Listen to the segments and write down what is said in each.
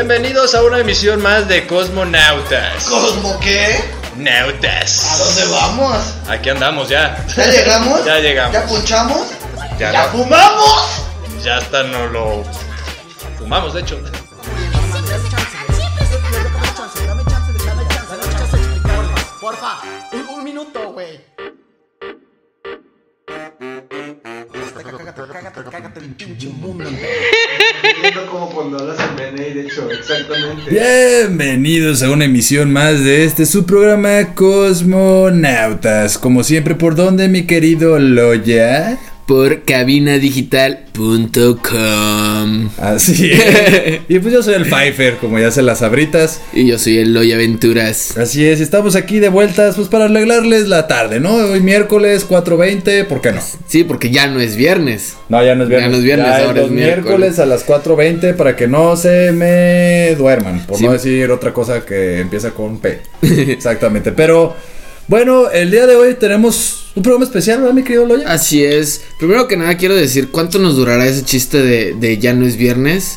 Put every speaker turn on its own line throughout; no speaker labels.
Bienvenidos a una emisión más de Cosmonautas.
¿Cosmo qué?
Nautas.
¿A dónde vamos?
Aquí andamos ya.
¿Ya llegamos?
Ya llegamos.
¿Ya punchamos?
Ya
¿Ya
no.
fumamos?
Ya hasta no lo fumamos, de hecho.
Porfa, un minuto, güey. Cágate el pinche mundo.
Siento como cuando hablas en BNI, de hecho, exactamente.
Bienvenidos a una emisión más de su programa Cosmonautas. Como siempre, ¿por dónde, mi querido Loya?
Por cabinadigital.com.
Así es. Y pues yo soy el Pfeiffer, como ya se las sabritas.
Y yo soy el Loy Aventuras.
Así es, estamos aquí de vueltas pues para arreglarles la tarde, ¿no? Hoy miércoles 4:20, ¿por qué no?
Sí, porque ya no es viernes.
No, ya no es viernes.
Ya no es viernes,
ya
ahora
los
es miércoles.
miércoles a las 4:20 para que no se me duerman. Por
Sí.
no decir otra cosa que empieza con P. Exactamente, pero... Bueno, el día de hoy tenemos un programa especial, ¿verdad, mi querido Loya?
Así es. Primero que nada quiero decir cuánto nos durará ese chiste de ya no es viernes.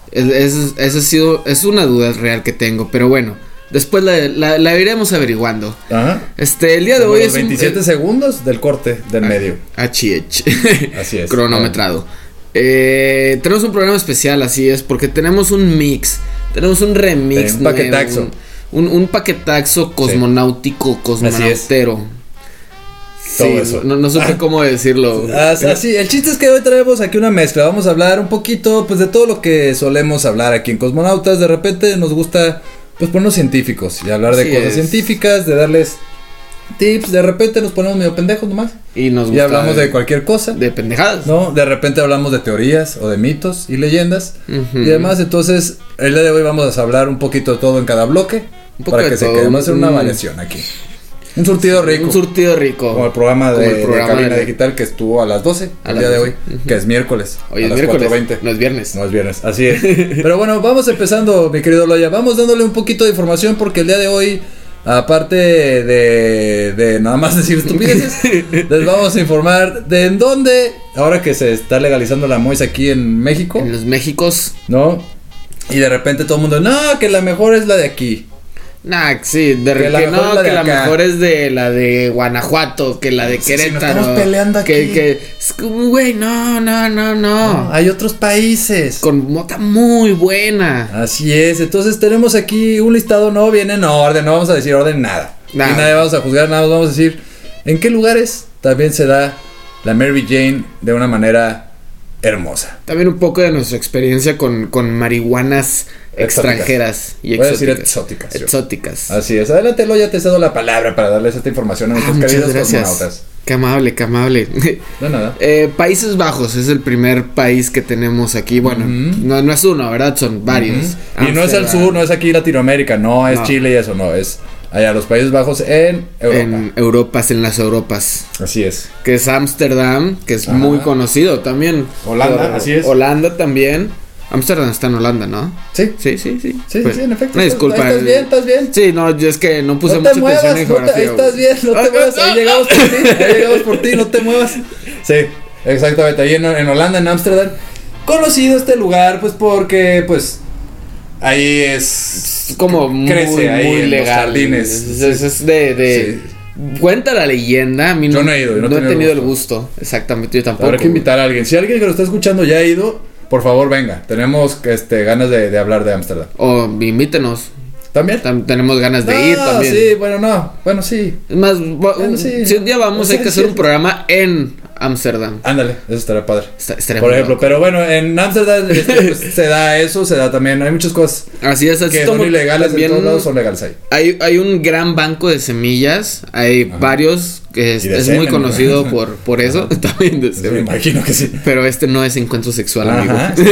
Es una duda real que tengo, pero bueno, después la iremos averiguando.
Ajá.
El día de
Como
hoy
los
es
27 segundos del corte del medio.
HH.
Así es.
Cronometrado. Tenemos un programa especial, así es, porque tenemos un mix, tenemos un remix,
Un paquetaxo.
Un paquetaxo cosmonáutico, cosmonautero.
Todo
Sí,
eso.
no supe cómo decirlo.
Así, el chiste es que hoy traemos aquí una mezcla. Vamos a hablar un poquito pues de todo lo que solemos hablar aquí en Cosmonautas. De repente nos gusta pues ponernos científicos y hablar de
Así
cosas
es.
científicas, de darles tips. De repente nos ponemos medio pendejos nomás
Y nos
y
gusta
hablamos de cualquier cosa.
de pendejadas.
¿No? De repente hablamos de teorías o de mitos y leyendas
Ujú.
y demás. Entonces, el día de hoy vamos a hablar un poquito de todo en cada bloque.
Un poco
Para
de
que se
todo,
quede. Vamos a hacer una
un-
variación aquí. Un surtido rico.
Un surtido rico.
Como el programa
Como
de,
el programa
de Cabina
de-
Digital que estuvo a las 12
A
el
las
día de
12.
hoy,
Ujú.
que es miércoles.
Hoy
a
es
las
miércoles,
4:20.
no es viernes.
No es viernes, así es. Pero bueno, vamos empezando, mi querido Loya. Vamos dándole un poquito de información porque el día de hoy, aparte de nada más decir estupideces, les vamos a informar de en dónde, ahora que se está legalizando la mois aquí en México,
En los Méxicos.
¿no? Y de repente todo el mundo, no, que la mejor es la de aquí.
Nah, sí,
Que la mejor es la de
que la
acá.
mejor es de la de Guanajuato, que la de
Sí, sí, nos
Querétaro.
estamos peleando aquí.
Que es como, güey, no.
No, hay otros países.
Con mota muy buena.
Así es, entonces tenemos aquí un listado, no viene en orden, no vamos a decir orden nada.
Nada.
Y nadie vamos a juzgar, nada más vamos a decir en qué lugares también se da la Mary Jane de una manera hermosa.
También un poco de nuestra experiencia con marihuanas extranjeras y
Voy a decir
exóticas.
exóticas. yo.
Exóticas.
Así es, adelante Loya, te cedo la palabra para darles esta información a nuestros
Muchas
queridos
gracias.
cosmonautas.
Qué amable, qué amable.
De nada.
Países Bajos es el primer país que tenemos aquí. Bueno,
Ujú.
no es uno, ¿verdad? Son varios.
Y no es el sur, no es aquí Latinoamérica, no es
No.
Chile y eso, no, es allá los Países Bajos en Europa.
En las Europas.
Así es.
Que es Ámsterdam, que es
Ajá.
muy conocido también.
Holanda, así es.
Holanda también. Ámsterdam está en Holanda, ¿no?
Sí.
Sí.
Sí,
Pues,
en efecto.
Una disculpa.
Estás bien.
Sí, no, yo es que no puse
No te
mucha
muevas,
atención en geografía.
ahí estás bien, no te muevas, ahí llegamos por ti, no te muevas. Sí, exactamente, ahí en Holanda, en Ámsterdam. Conocido este lugar, pues porque, pues, ahí es...
Como
crece ahí
muy
en los
legal.
jardines.
Es de cuenta la leyenda. A mí
Yo no he ido, yo
no he tenido el gusto. Exactamente, yo tampoco.
Habrá que invitar a alguien. Si alguien que lo está escuchando ya ha ido, por favor venga. Tenemos ganas de hablar de Ámsterdam.
O invítenos.
¿También?
Tenemos ganas de ir también.
Sí, bueno, sí.
Es más,
sí.
si un día vamos, hay
Sí,
que hacer
sí.
un programa en Ámsterdam.
Ándale, eso estará padre.
Estaría
Por
muy
ejemplo,
loco.
pero bueno, en Ámsterdam pues, se da eso, se da también, hay muchas cosas
Así es, así
que
como
son ilegales
también
en todos lados, son legales ahí.
hay un gran banco de semillas. Hay varios que es
Y de
muy
semen,
conocido
¿no?
por eso. También de
Me
semen.
imagino que sí.
Pero este no es encuentro sexual,
Ajá.
amigo.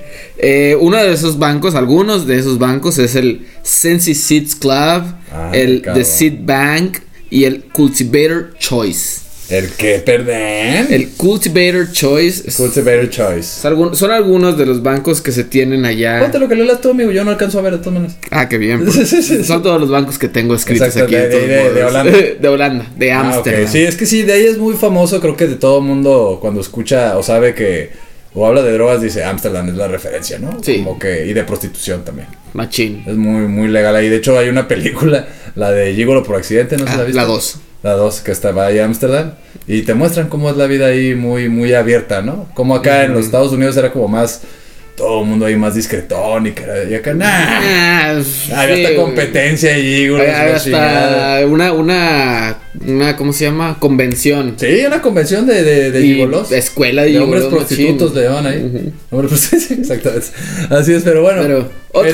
Uno de esos bancos, algunos de esos bancos es el Sensi Seeds Club, el
cabrón.
The Seed Bank y el Cultivator Choice.
¿El que perden?
El Cultivator Choice
Cultivator Choice.
son algunos de los bancos que se tienen allá.
Ponte lo que leas tú, amigo, yo no alcanzo a ver de todas maneras.
Ah, qué bien. Pues. Son todos los bancos que tengo escritos
Exacto,
aquí.
de
todos
Holanda.
De Holanda, de
Ah,
Ámsterdam.
ok. Sí, es que sí, de ahí es muy famoso, creo que de todo mundo cuando escucha o sabe que o habla de drogas, dice Ámsterdam es la referencia, ¿no?
Sí.
Como que, y de prostitución también.
Machín.
Es muy, muy legal ahí. De hecho, hay una película, la de Gigolo por accidente, ¿no se la viste?
La 2.
La 2, que estaba ahí en Ámsterdam. Y te muestran cómo es la vida ahí muy, muy abierta, ¿no? Como acá en los Estados Unidos era como más... Todo el mundo ahí más discretón y acá, nah. Había hasta competencia y gigolos.
Había hasta una, ¿cómo se llama? Convención.
Sí, una convención de gigolos.
Escuela de
hombres
gigolos,
prostitutos le llaman ahí. Hombres prostitutos, exactamente. Así es, pero bueno.
Pero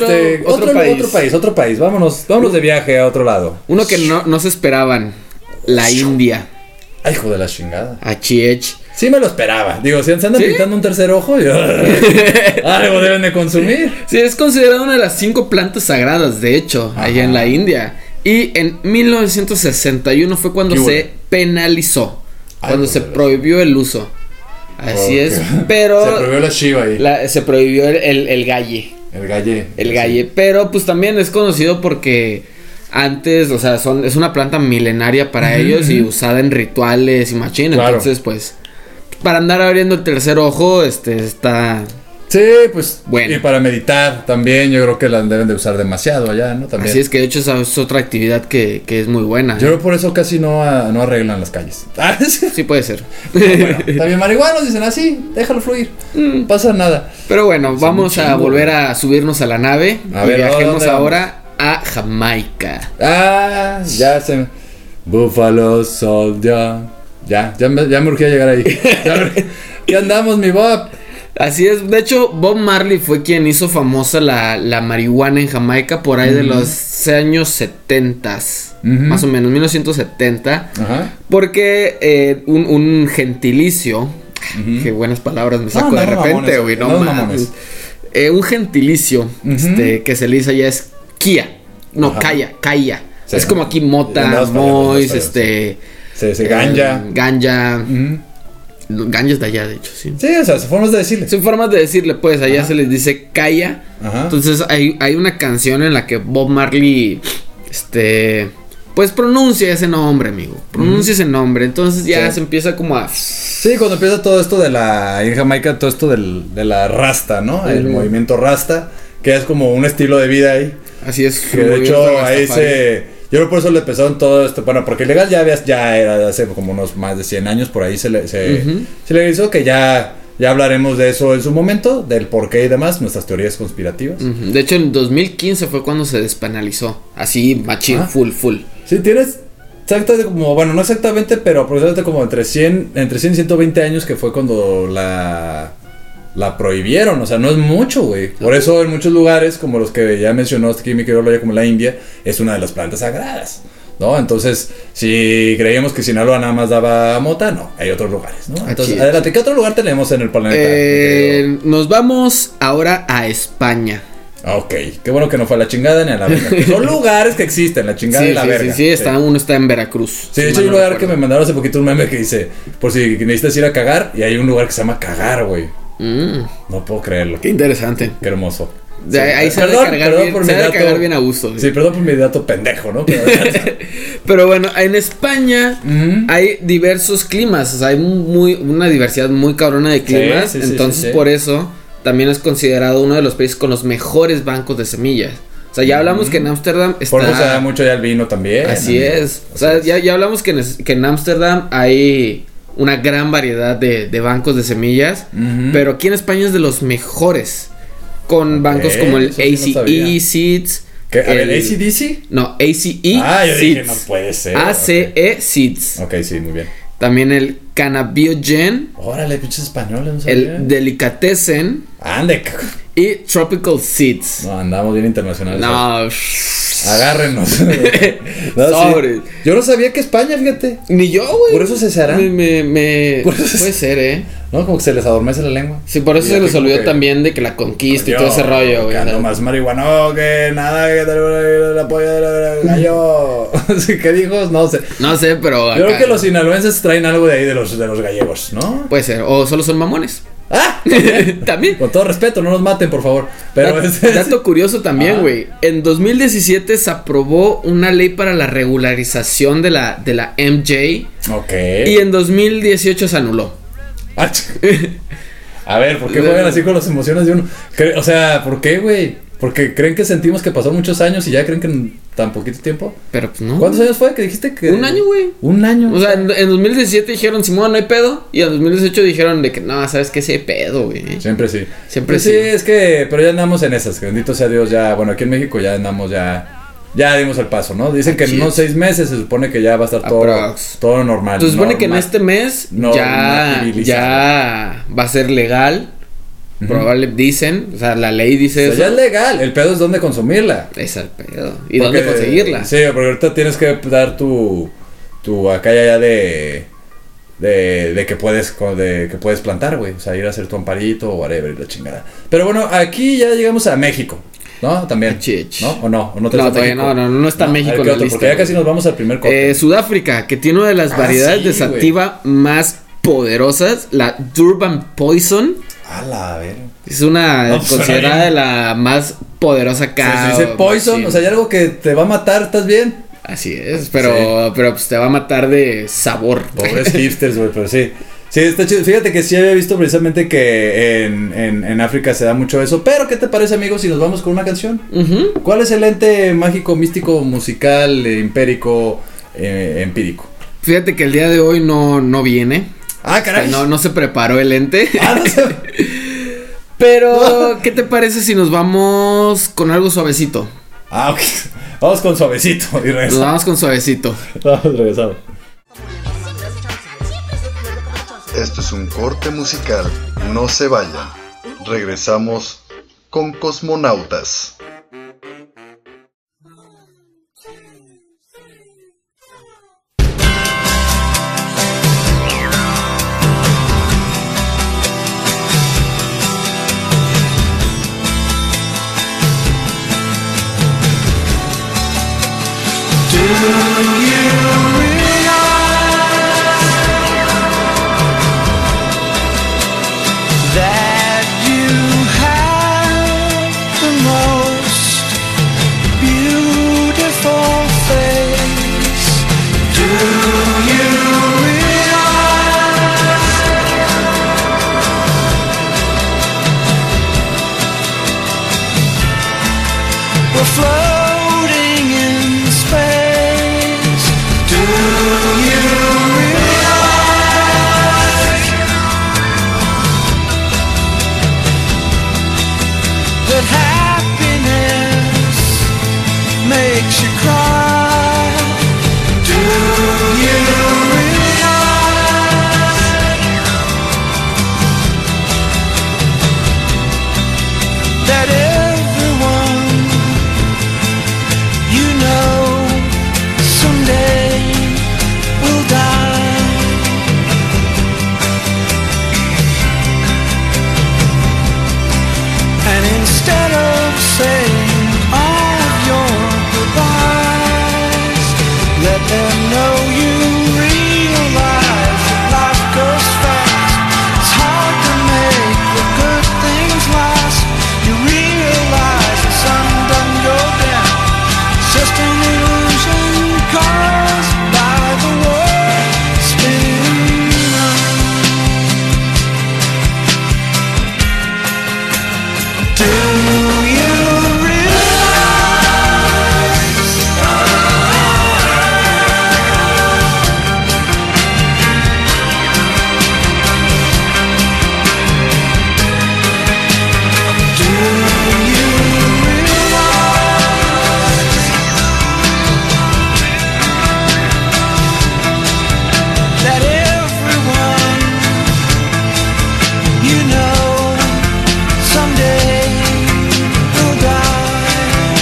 otro país. Vámonos de viaje a otro lado.
Uno que no se esperaban. La India.
Ay, hijo de la chingada.
Achiech.
Sí me lo esperaba. Digo, si se andan pintando un tercer ojo, algo deben de consumir.
Sí, es considerada una de las 5 plantas sagradas, de hecho, allá en la India. Y en 1961 fue cuando se penalizó. Cuando se prohibió el uso. Así es, pero...
Se prohibió la Shiva ahí.
Se prohibió el galle.
El
galle, pero pues también es conocido porque... Antes, o sea, es una planta milenaria para ellos y usada en rituales y machín. Claro. Entonces, pues, para andar abriendo el tercer ojo, está...
Sí, pues, bueno. Y para meditar también, yo creo que la deben de usar demasiado allá, ¿no? También.
Así es que de hecho esa es otra actividad que es muy buena.
Yo creo por eso casi no arreglan las calles.
Sí puede ser.
Bueno, también marihuanos dicen así, déjalo fluir, no pasa nada.
Pero bueno, vamos a volver a subirnos a la nave. A ver, viajemos ahora a Jamaica.
Ya se... Buffalo Soldier. Ya me urgía llegar ahí. Ya andamos, mi Bob.
Así es, de hecho Bob Marley fue quien hizo famosa la marihuana en Jamaica por ahí de los años 70, más o menos, 1970. Porque un gentilicio, qué buenas palabras me saco de repente, güey, no mames. Un gentilicio que se le dice allá es Kia, Kaya. Sí. Es como aquí mota, mois,
ganja.
Ganja es de allá, de hecho, sí.
Sí, o sea, son formas de decirle.
Son formas de decirle, pues, allá se les dice Kaya. Entonces hay una canción en la que Bob Marley, pues pronuncia ese nombre, amigo. Pronuncia ese nombre. Entonces ya se empieza como a...
Sí, cuando empieza todo esto en Jamaica, todo esto de la rasta, ¿no? El movimiento rasta, que es como un estilo de vida ahí.
Así es.
Que de hecho ahí yo creo por eso le empezaron todo esto. Bueno, porque legal ya era hace como unos más de 100 años. Por ahí se le hizo que ya hablaremos de eso en su momento. Del porqué y demás. Nuestras teorías conspirativas.
De hecho en 2015 fue cuando se despenalizó. Así machín, full.
Sí, tienes exactamente como... Bueno, no exactamente, pero aproximadamente como entre 100 y 120 años. Que fue cuando la prohibieron, o sea, no es mucho, güey. Por eso en muchos lugares, como los que ya mencionó aquí mi querido Loya, como la India, es una de las plantas sagradas, ¿no? Entonces, si creíamos que Sinaloa nada más daba mota, no, hay otros lugares, ¿no? Entonces, adelante, ¿qué otro lugar tenemos en el planeta?
Nos vamos ahora a España.
Ok, qué bueno que no fue a la chingada ni a la verga. Son lugares que existen, la chingada y la verga.
Sí, uno está en Veracruz.
Sí, de hecho hay un lugar que me mandaron hace poquito un meme que dice, por si necesitas ir a cagar, y hay un lugar que se llama Cagar, güey. No puedo creerlo.
Qué interesante.
Qué hermoso.
Sí, ahí se debe cargar bien a gusto.
Sí, perdón por mi dato pendejo, ¿no?
Pero bueno, en España hay diversos climas. O sea, hay una diversidad muy cabrona de climas. Entonces, por eso también es considerado uno de los países con los mejores bancos de semillas. O sea, ya hablamos que en Ámsterdam está...
Por eso se da mucho ya el vino también.
Así es. O sea, ya hablamos que en Ámsterdam hay una gran variedad de bancos de semillas. Pero aquí en España es de los mejores. Con bancos como el ACE Seeds.
¿Qué? ¿A ver, ACDC?
No, ACE
yo dije, no puede ser.
ACE Seeds.
Ok, sí, muy bien.
También el Cannabinogen.
Órale, pinches españoles, no sabía.
El Delicatessen.
Ande.
Y Tropical Seeds.
No, andamos bien internacionales.
No.
Agárrenos.
No, sobre.
Sí. Yo no sabía que España, fíjate.
Ni yo, güey.
Por eso se hará.
Puede ser,
¿no? Como que se les adormece la lengua.
Sí, por eso se les olvidó también de que la conquista y todo ese rollo, güey.
No más marihuana, que nada, que la polla del gallo. ¿Qué dijo? No sé.
No sé, pero
yo creo que los sinaloenses traen algo de ahí de los gallegos, ¿no?
Puede ser, o solo son mamones. También.
Con todo respeto, no nos maten, por favor. Pero
dato curioso también, güey. En 2017 se aprobó una ley para la regularización de la MJ.
Ok.
Y en 2018 se anuló.
A ver, ¿por qué juegan así con las emociones de uno? O sea, ¿por qué, güey? ¿Porque creen que sentimos que pasó muchos años y ya creen que en tan poquito tiempo?
Pero pues no.
¿Cuántos años fue que dijiste que...?
Un año, güey.
Un año.
O sea, en 2017 dijeron, Simón, no hay pedo. Y en 2018 dijeron de que, no, ¿sabes qué? Sí hay pedo, güey.
Siempre sí.
Siempre
Pues
sí.
sí, es que... Pero ya andamos en esas. Bendito sea Dios, ya... Bueno, aquí en México ya andamos ya dimos el paso, ¿no? Dicen que en
Así
unos
es.
6 meses se supone que ya va a estar
Aprox.
todo normal.
Se supone que en este mes ya va a ser legal. Probable, dicen, o sea, la ley dice
O sea,
eso.
ya es legal, el pedo es dónde consumirla.
Es el pedo. ¿Y dónde conseguirla?
Sí, porque ahorita tienes que dar tu acá ya de que puedes plantar, güey. O sea, ir a hacer tu amparito o whatever y la chingada. Pero bueno, aquí ya llegamos a México, ¿no? También. ¿No? ¿O no? ¿O no te
No,
vas a
todavía
México?
no está México
A ver,
en
¿qué
la
otro?
lista,
Porque ya
güey.
casi nos vamos al primer corte.
Sudáfrica, que tiene una de las variedades
sí,
de sativa más poderosas, la Durban Poison.
A la ver.
Es una
No, pues,
considerada
suena
de la más poderosa acá.
Se dice poison,
sí.
o sea, hay algo que te va a matar, ¿estás bien?
Así es, pero pues te va a matar de sabor.
Pobres hipsters, güey, pero sí. Sí, está chido. Fíjate que sí había visto precisamente que en África se da mucho eso. Pero, ¿qué te parece, amigos, si nos vamos con una canción?
Ujú.
¿Cuál es el ente mágico, místico, musical, empírico?
Fíjate que el día de hoy no viene.
Ah, caray.
No se preparó el ente.
Ah, no sé.
Pero, ¿qué te parece si nos vamos con algo suavecito?
Ah, ok. Vamos con suavecito y
Nos
regresamos.
vamos con suavecito.
Regresamos.
Esto es un corte musical, no se vayan. Regresamos con Cosmonautas.
That you have the most beautiful face. Do you realize we're floating in space? Do you realize that happiness makes you cry? Do you realize that everyone you know someday will die? And instead of saying all of your goodbyes, let them know you realize that life goes fast. It's hard to make the good things last. You realize the sun doesn't go down. It's just an illusion caused by the world spinning round. Do you realize Do you realize that everyone you know someday will die?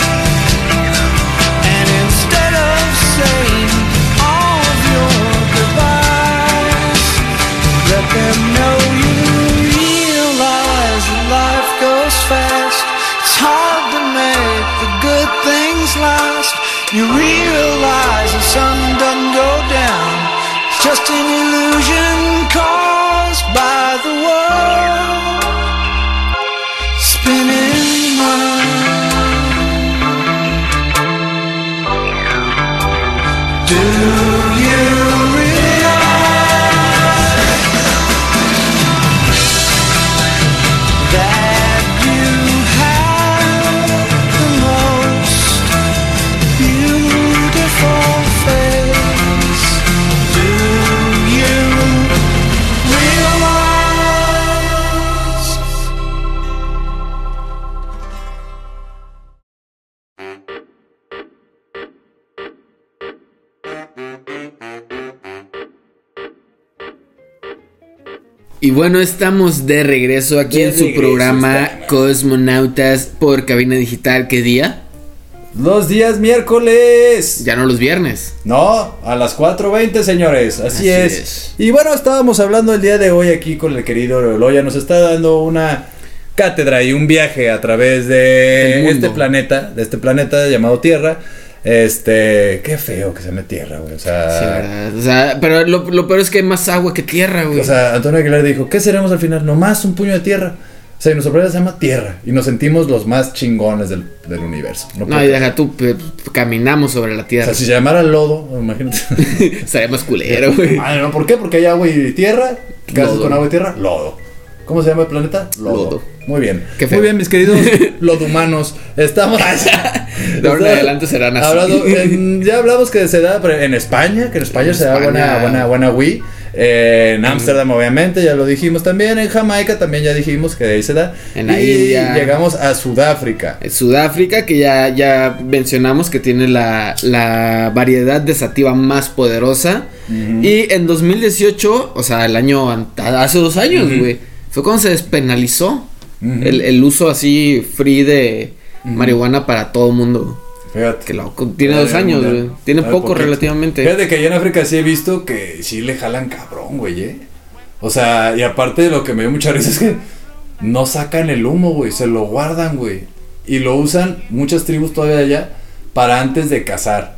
And instead of saying all of your goodbyes, let them know you realize that life goes fast. It's hard to make the good things last. You realize the sun doesn't go down. It's just an illusion caused by the world spinning round. Do you realize
Y bueno, estamos de regreso aquí en su programa Cosmonautas por Cabina Digital. ¿Qué día?
Los días miércoles.
Ya no los viernes.
No, a las 4:20, señores. Así es. Y bueno, estábamos hablando el día de hoy aquí con el querido Loya. Nos está dando una cátedra y un viaje a través de este planeta llamado Tierra. Qué feo que se llame Tierra, güey. O sea,
sí, ¿verdad? O sea, pero lo peor es que hay más agua que tierra, güey.
O sea, Antonio Aguilar dijo, ¿qué seremos al final? Nomás un puño de tierra. O sea, y nuestro planeta se llama Tierra. Y nos sentimos los más chingones del universo.
No, y deja tú, caminamos sobre la Tierra.
O sea, si se llamara lodo, imagínate.
Estaría más culero, güey.
Ah, no, ¿por qué? Porque hay agua y tierra. ¿Qué haces con agua y tierra? Lodo. ¿Cómo se llama el planeta? Lodo. Muy bien. Muy bien, mis queridos lodumanos. Estamos...
De ahora en adelante serán así.
Ya hablamos que se da en España, que en España se da buena Wii. En Ámsterdam, obviamente, ya lo dijimos también. En Jamaica también ya dijimos que de ahí se da.
En la India.
Llegamos a Sudáfrica.
Sudáfrica, que ya mencionamos que tiene la variedad de sativa más poderosa. Y en 2018, o sea, hace 2 años, güey, fue cuando se despenalizó el uso así free de marihuana para todo el mundo. Fíjate. Que loco, tiene 2 años, güey. Tiene poco relativamente.
Fíjate que allá en África sí he visto que sí le jalan cabrón, güey, O sea, y aparte de lo que me dio mucha risa es que no sacan el humo, güey, se lo guardan, güey. Y lo usan muchas tribus todavía allá para antes de cazar.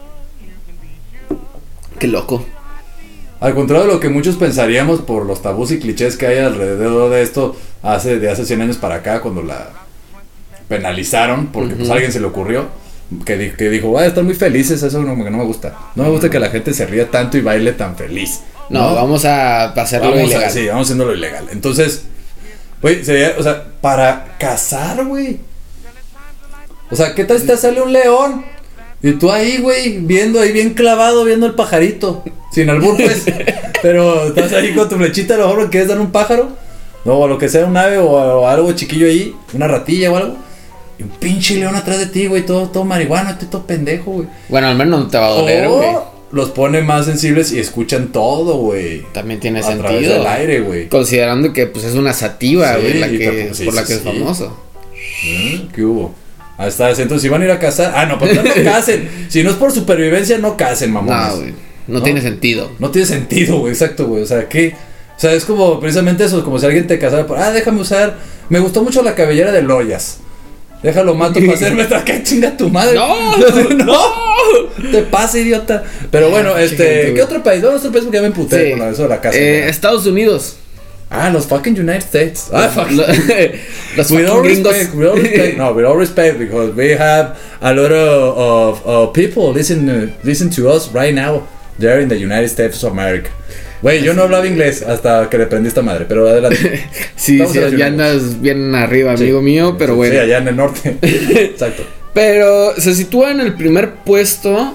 Qué loco.
Al contrario de lo que muchos pensaríamos por los tabús y clichés que hay alrededor de esto de hace 100 años para acá, cuando la penalizaron, porque pues a alguien se le ocurrió, que dijo, va a estar muy felices, eso no me gusta. No me gusta que la gente se ría tanto y baile tan feliz.
No, vamos a hacerlo ilegal.
Sí, vamos haciéndolo ilegal. Entonces, güey, sería, o sea, para cazar, güey. O sea, ¿qué tal si te sale un león? Y tú ahí, güey, viendo ahí bien clavado, viendo el pajarito. Sin albur, pues. Pero estás ahí con tu flechita, a lo mejor quieres dar un pájaro. No, o lo que sea, un ave o algo chiquillo ahí. Una ratilla o algo. Y un pinche león atrás de ti, güey, todo marihuana, todo pendejo, güey.
Bueno, al menos no te va a doler, güey.
Los pone más sensibles y escuchan todo, güey.
También tiene
sentido. A través del aire, güey.
Considerando que, pues, es una sativa, güey,
sí,
por la que es famoso.
¿Qué hubo? Ahí está, entonces si van a ir a cazar. Ah, no, pues no casen. Si no es por supervivencia, no casen, mamones.
No, güey. No tiene sentido.
No tiene sentido, güey, exacto, güey. O sea, ¿qué? O sea, es como precisamente eso, como si alguien te casara por, déjame usar. Me gustó mucho la cabellera de Loyas. Déjalo mato para hacerme esta que chinga tu madre. No. Te pasa, idiota. Pero bueno, ¿qué otro país? Vamos a otro país porque ya me emputé con eso de la casa.
Estados Unidos.
Los fucking United States.
Fuck. Los
with all
gringos.
respect, with all respect, because we have a lot of people listen to us right now. They're in the United States of America. Güey, yo no hablaba inglés hasta que le prendí esta madre, pero adelante.
Sí, ya andas bien arriba, amigo mío, pero bueno.
Sí, allá en el norte. Exacto.
Pero se sitúa en el primer puesto,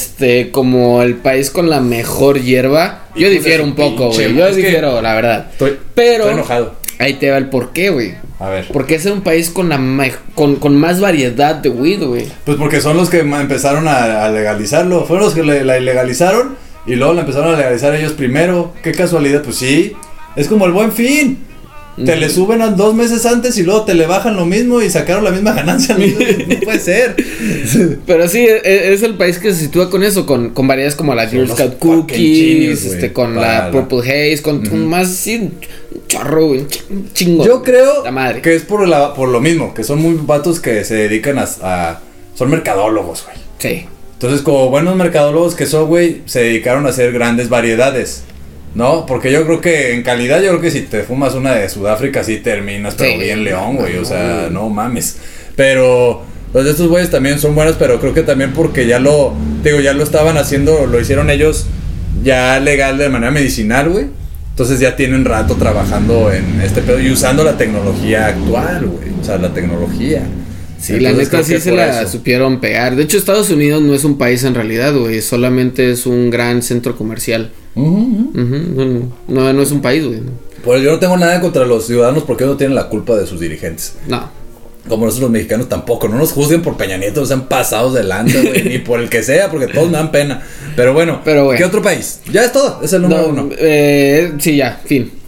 como el país con la mejor hierba. Yo difiero un poco, güey. Yo difiero, la verdad. Estoy
enojado.
Ahí te va el porqué, güey.
A ver.
Porque es un país con más variedad de weed, güey.
Pues porque son los que empezaron a legalizarlo. Fueron los que la ilegalizaron y luego la empezaron a legalizar ellos primero. Qué casualidad, pues sí. Es como el Buen Fin. Te le suben a 2 meses antes y luego te le bajan lo mismo y sacaron la misma ganancia. No puede ser.
Pero sí, es el país que se sitúa con eso, con variedades como la Girl Scout Cookies, con la Purple Haze, con más, sí, un chorro, güey, un chingo.
Yo creo que es por lo mismo, que son muy vatos que se dedican son mercadólogos, güey.
Sí.
Entonces, como buenos mercadólogos que son, güey, se dedicaron a hacer grandes variedades. No, porque yo creo que en calidad, yo creo que si te fumas una de Sudáfrica, sí terminas, pero bien león, güey. O sea, no mames. Pero los de estos güeyes también son buenos, pero creo que también porque ya lo estaban haciendo, lo hicieron ellos ya legal de manera medicinal, güey. Entonces ya tienen rato trabajando en este pedo y usando la tecnología actual, güey. O sea, la tecnología.
Sí, entonces, la neta sí se la supieron pegar. De hecho, Estados Unidos no es un país en realidad, güey. Solamente es un gran centro comercial. No es un país, güey.
Pues yo no tengo nada contra los ciudadanos porque ellos no tienen la culpa de sus dirigentes.
No.
Como nosotros los mexicanos tampoco. No nos juzguen por Peña Nieto, nos han pasado de lanza, güey. Ni por el que sea, porque todos me dan pena. Pero bueno, ¿qué otro país? Ya es todo, es el número 1.
Sí, ya, fin.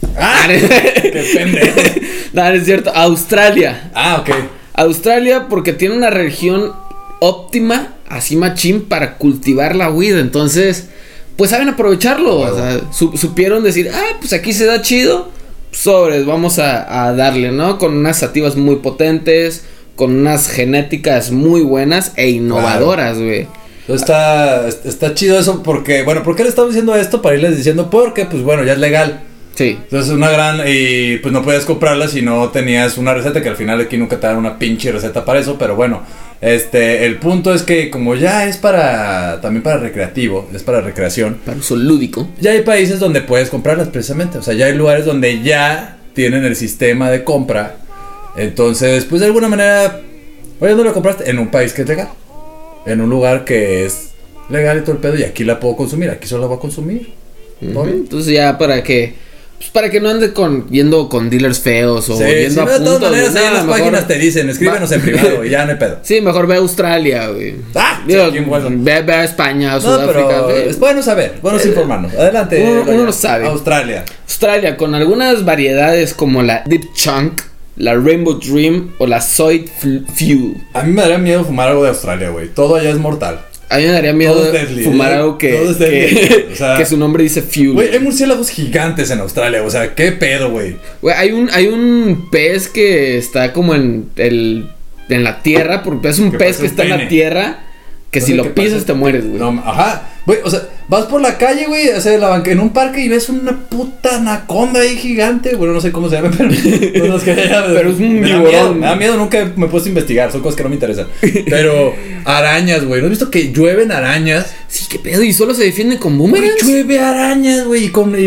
¡Qué pendejo!
No, no es cierto. Australia.
Ok.
Australia porque tiene una región óptima, así machín, para cultivar la weed. Entonces, pues saben aprovecharlo. O sea, supieron decir, pues aquí se da chido. Sobres, vamos a darle, ¿no? Con unas sativas muy potentes, con unas genéticas muy buenas e innovadoras, güey.
Está chido eso porque, bueno, ¿por qué le estamos diciendo esto? Para irles diciendo, porque, pues bueno, ya es legal.
Sí.
Entonces y pues no podías comprarla si no tenías una receta, que al final aquí nunca te dan una pinche receta para eso, pero bueno, el punto es que como ya es también para recreativo, es para recreación.
Para uso lúdico.
Ya hay países donde puedes comprarlas precisamente, o sea, ya hay lugares donde ya tienen el sistema de compra, entonces, pues de alguna manera, oye, ¿no la compraste? En un país que es legal, en un lugar que es legal y todo el pedo, y aquí la puedo consumir, aquí solo la voy a consumir.
Entonces ya para que no ande yendo con dealers feos o yendo a
de todas maneras ahí en las
mejor
páginas te dicen, escríbenos en privado y ya no hay pedo.
Sí, mejor ve a Australia, güey. Digo, ve a España, a Sudáfrica.
Pero es bueno saber, bueno informarnos. Adelante.
Uno lo sabe.
Australia
con algunas variedades como la Deep Chunk, la Rainbow Dream o la Soy Fuel.
A mí me daría miedo fumar algo de Australia, güey. Todo allá es mortal.
A mí me daría miedo fumar algo que
o sea,
que su nombre dice Fuel.
Güey, hay murciélagos gigantes en Australia, o sea, qué pedo, güey.
Güey, hay un pez que está como en la tierra, porque es un pez que está en la tierra, que si lo pisas te mueres, güey.
No, ajá. Güey, o sea, vas por la calle, güey, o sea, en un parque y ves una puta anaconda ahí gigante. Bueno, no sé cómo se llama, pero no es que
pero es un
me da miedo, nunca me he puesto a investigar, son cosas que no me interesan. Pero arañas, güey, ¿no has visto que llueven arañas?
Sí, qué pedo, y solo se defienden con boomerangs.
Llueve arañas, güey, y con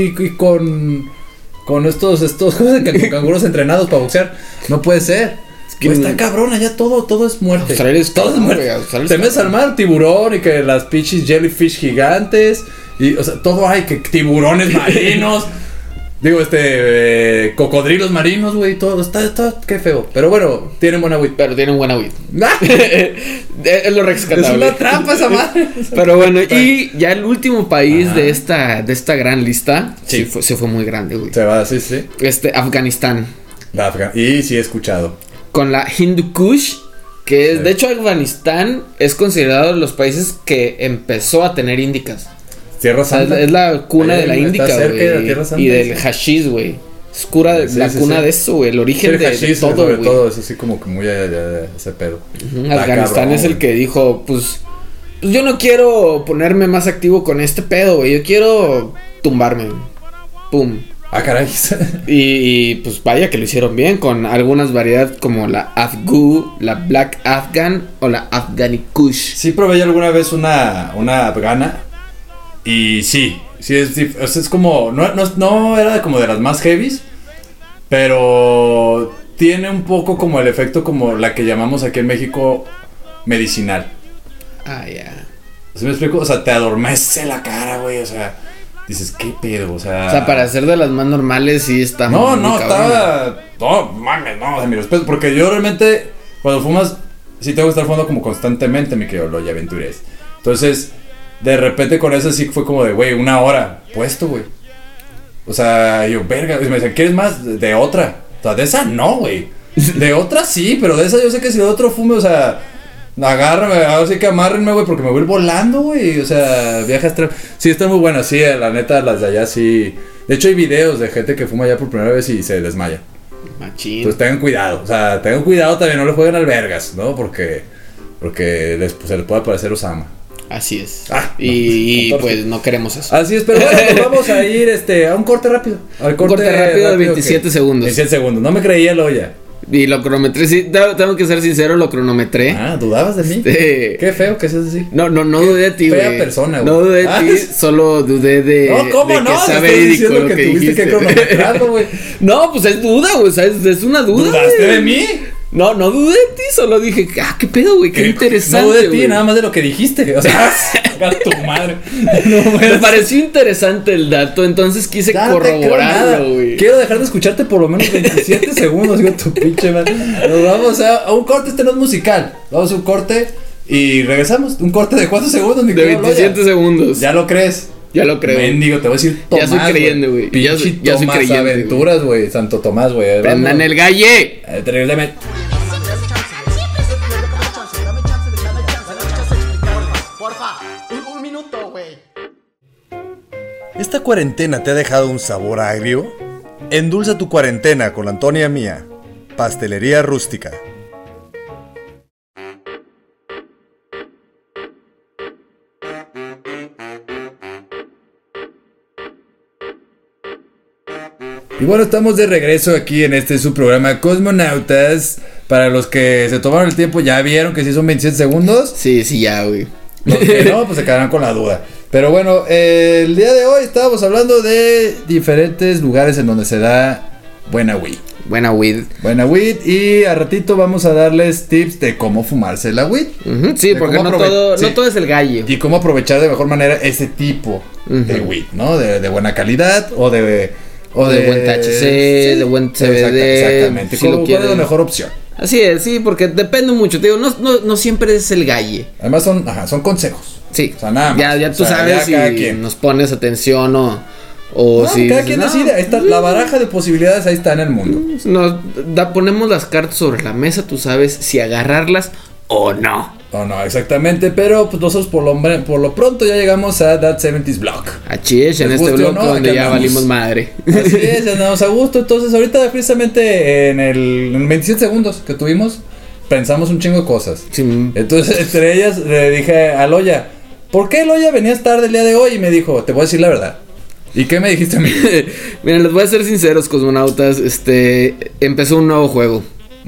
estos con canguros entrenados para boxear. No puede ser. Pues está cabrón, allá todo es muerte. Todo es muerte. Te metes al mar, tiburón y que las pinches jellyfish gigantes. Y, o sea, todo hay, que tiburones marinos. Digo, cocodrilos marinos, güey. Todo está, qué feo. Pero bueno, tienen buena weed.
Es lo rescatable.
Es una trampa esa madre.
Pero bueno, y ya el último país de esta gran lista. Sí. Se fue muy grande, güey.
Se va, sí.
Afganistán.
Y sí he escuchado.
Con la Hindu Kush, que es, de hecho, Afganistán es considerado de los países que empezó a tener índicas.
Tierra Santa.
Es la cuna de la índica, güey. Y del hashish, güey. Es cuna de eso, güey. El origen de todo, güey.
Todo es así como que muy ese pedo.
Afganistán es el que dijo, pues yo no quiero ponerme más activo con este pedo, güey. Yo quiero tumbarme. Pum.
Caray.
Y pues vaya que lo hicieron bien con algunas variedades como la Afghu, la Black Afghan o la Afghani Kush.
Sí probé yo alguna vez una afgana y sí es como no era como de las más heavies, pero tiene un poco como el efecto como la que llamamos aquí en México medicinal.
Ya.
¿Sí me explico? O sea, te adormece la cara, güey, o sea, dices, ¿qué pedo? O sea,
para ser de las más normales sí está muy
estaba. No, mames, no, o sea, mi respeto. Porque yo realmente, cuando fumas, sí tengo que estar fumando como constantemente, mi querido Loya Aventures. Entonces, de repente con eso sí fue como de, güey, 1 hora puesto, güey. O sea, yo, verga, y me dicen, ¿quieres más? De otra. O sea, de esa no, güey. De otra sí, pero de esa yo sé que si de otro fume, o sea, agárrame, ahora sí que amárrenme, güey, porque me voy a ir volando, güey. O sea, viajes sí, están muy buenas, sí, la neta, las de allá sí. De hecho, hay videos de gente que fuma allá por primera vez y se desmaya.
Machín.
Entonces tengan cuidado, o sea, tengan cuidado también, no le jueguen al vergas, ¿no? Porque se les puede aparecer Osama.
Así es. Y pues no queremos eso.
Así es, pero bueno, pues vamos a ir a un corte rápido.
Un corte rápido de 27 segundos.
27 segundos, no me creía Loya.
Y lo cronometré, sí, tengo que ser sincero, lo cronometré.
¿Dudabas de mí? Qué feo que seas así.
No dudé de ti, güey.
Fea persona, güey.
No dudé de ti, solo dudé de.
No, ¿cómo no?
Que sea verídico lo que
tuviste que cronometrarlo, güey.
No, pues es duda, güey, es una duda.
¿Dudaste de mí?
No dudé de ti, solo dije, qué pedo, güey, qué interesante.
No dudé de ti, nada más de lo que dijiste. O sea, tu madre.
Me pareció interesante el dato, entonces quise corroborarlo, güey.
Quiero dejar de escucharte por lo menos 27 segundos, digo, tu pinche madre. Nos vamos a un corte, no es musical. Vamos a un corte y regresamos. Un corte de 4 segundos, mi
de 27 segundos.
¿Ya lo crees?
Ya lo creo.
Mendigo, te voy a decir Tomás.
Ya soy creyente, güey. Ya
Pinche
soy
Tomás
creyente,
Aventuras, güey. Santo Tomás, güey.
Prendan el galle.
Tráigame.
Porfa, un minuto, güey.
¿Esta cuarentena te ha dejado un sabor agrio? Endulza tu cuarentena con la Antonia Mía, Pastelería Rústica.
Y bueno, estamos de regreso aquí en este su programa Cosmonautas. Para los que se tomaron el tiempo, ya vieron que sí son 27 segundos.
Sí, ya, güey.
Los que no, pues se quedarán con la duda. Pero bueno, el día de hoy estábamos hablando de diferentes lugares en donde se da buena weed.
Buena weed.
Buena weed. Y a ratito vamos a darles tips de cómo fumarse la weed.
Sí,
De
porque
cómo
no todo es el galle.
Y cómo aprovechar de mejor manera ese tipo de weed, ¿no? De buena calidad o de
buen THC, de buen CBD.
Exactamente.
Si lo
¿Cuál es la
quieres.
mejor opción?
Así es, sí, porque depende mucho. Te digo, no siempre es el galle.
Además son consejos.
Sí.
O sea, nada más.
Ya tú
O sea,
sabes
ya cada
si
quien.
nos pones atención o
No,
si
cada
dices,
quien
no,
decide. Ahí está, la baraja de posibilidades ahí está en el mundo.
ponemos las cartas sobre la mesa, tú sabes si agarrarlas o no.
No, exactamente. Pero pues nosotros por lo pronto ya llegamos a That 70s Block.
Achí es, en
Les
este
guste o
bloque
no,
donde
aquí
ya
andamos.
valimos madre.
Así es, andamos a gusto. Entonces ahorita precisamente en 27 segundos que tuvimos pensamos un chingo de cosas.
Sí.
Entonces entre ellas le dije a Loya, ¿por qué Loya venías tarde el día de hoy? Y me dijo, te voy a decir la verdad. ¿Y qué me dijiste a mí?
Miren, les voy a ser sinceros, cosmonautas. Empezó un nuevo juego.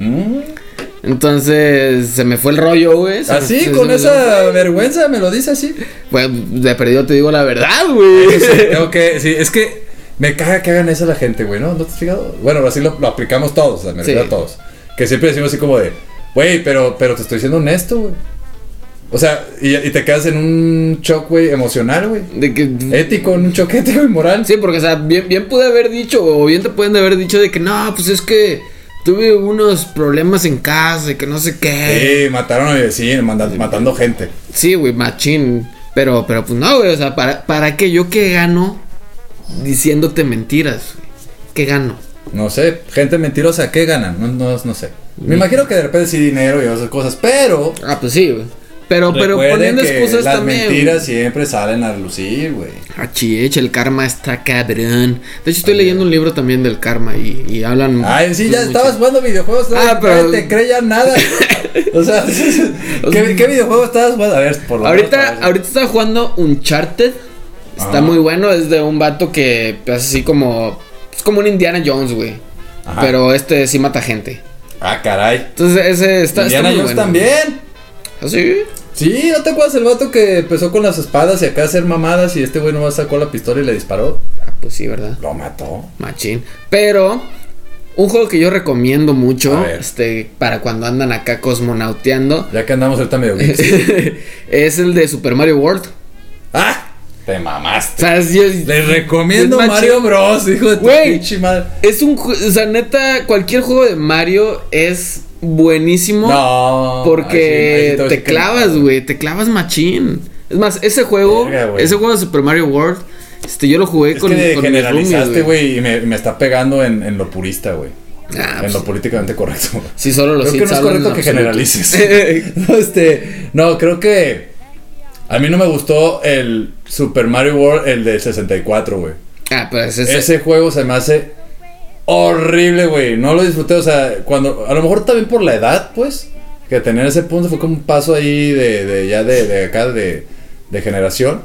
Entonces se me fue el rollo, güey.
Así, con esa vergüenza me lo dice así.
Pues de perdido te digo la verdad, güey.
Sí, es que me caga que hagan eso la gente, güey, ¿no? ¿No te has fijado? Bueno, así lo aplicamos todos, o sea, me refiero a todos. Que siempre decimos así como de, güey, pero te estoy siendo honesto, güey. O sea, y te quedas en un shock, güey, emocional, güey.
De que
Ético, en un choque ético y moral.
sí, porque o sea, bien pude haber dicho, o bien te pueden haber dicho de que no, pues es que tuve unos problemas en casa y que no sé qué.
Sí, mataron a mi vecino, matando gente.
Sí, güey, machín. Pero pues no, güey, o sea, ¿para qué? ¿Yo qué gano diciéndote mentiras, güey? ¿Qué gano?
No sé, gente mentirosa, ¿qué ganan? No sé. Me imagino que de repente sí dinero y esas cosas, pero...
Ah, pues sí, güey. Pero
recuerden
poniendo
que
excusas
las
también.
mentiras siempre salen a relucir, güey.
Achich, el karma está cabrón. De hecho, estoy leyendo un libro también del karma y hablan.
Ay, sí, ya
mucho.
estabas jugando videojuegos.
pero-
No te creía nada. O sea, ¿qué videojuego estabas jugando? A ver, por lo
Ahorita
menos,
estaba jugando Uncharted. Está
Ajá.
muy bueno. Es de un vato que es así como. Es como un Indiana Jones, güey.
Ajá.
Pero sí mata gente.
Ah, caray.
Entonces, ese está
Indiana
muy
Jones
bueno.
también.
¿Ah, sí?
Sí, ¿no te acuerdas el vato que empezó con las espadas y acá a hacer mamadas y este güey nomás sacó la pistola y le disparó?
Ah, pues sí, ¿verdad?
Lo mató.
Machín. Pero un juego que yo recomiendo mucho,
A ver.
para cuando andan acá cosmonauteando,
Ya que andamos ahorita medio geeks.
es el de Super Mario World.
¡Ah! Te
O
mamaste.
sea,
Les recomiendo
es
Mario
machín.
Bros, hijo de tu
Güey.
pinche madre.
Es o sea, neta, cualquier juego de Mario es buenísimo.
No.
Porque
ahí sí
te clavas, güey, te clavas machín. Es más, ese juego
Verga, güey.
de Super Mario World, yo lo jugué
Es
con
que
mis
generalizaste,
roomies,
güey, y me está pegando en lo purista, güey.
Ah,
En
pues,
lo políticamente correcto.
sí, solo los
Creo que no es
hits hablan
correcto que
en absoluto.
generalices. No, creo que a mí no me gustó el Super Mario World, el de 64, güey.
Ah, pues
Ese juego se me hace horrible, güey. No lo disfruté, o sea, cuando a lo mejor también por la edad, pues, que tener ese punto fue como un paso ahí de acá de generación.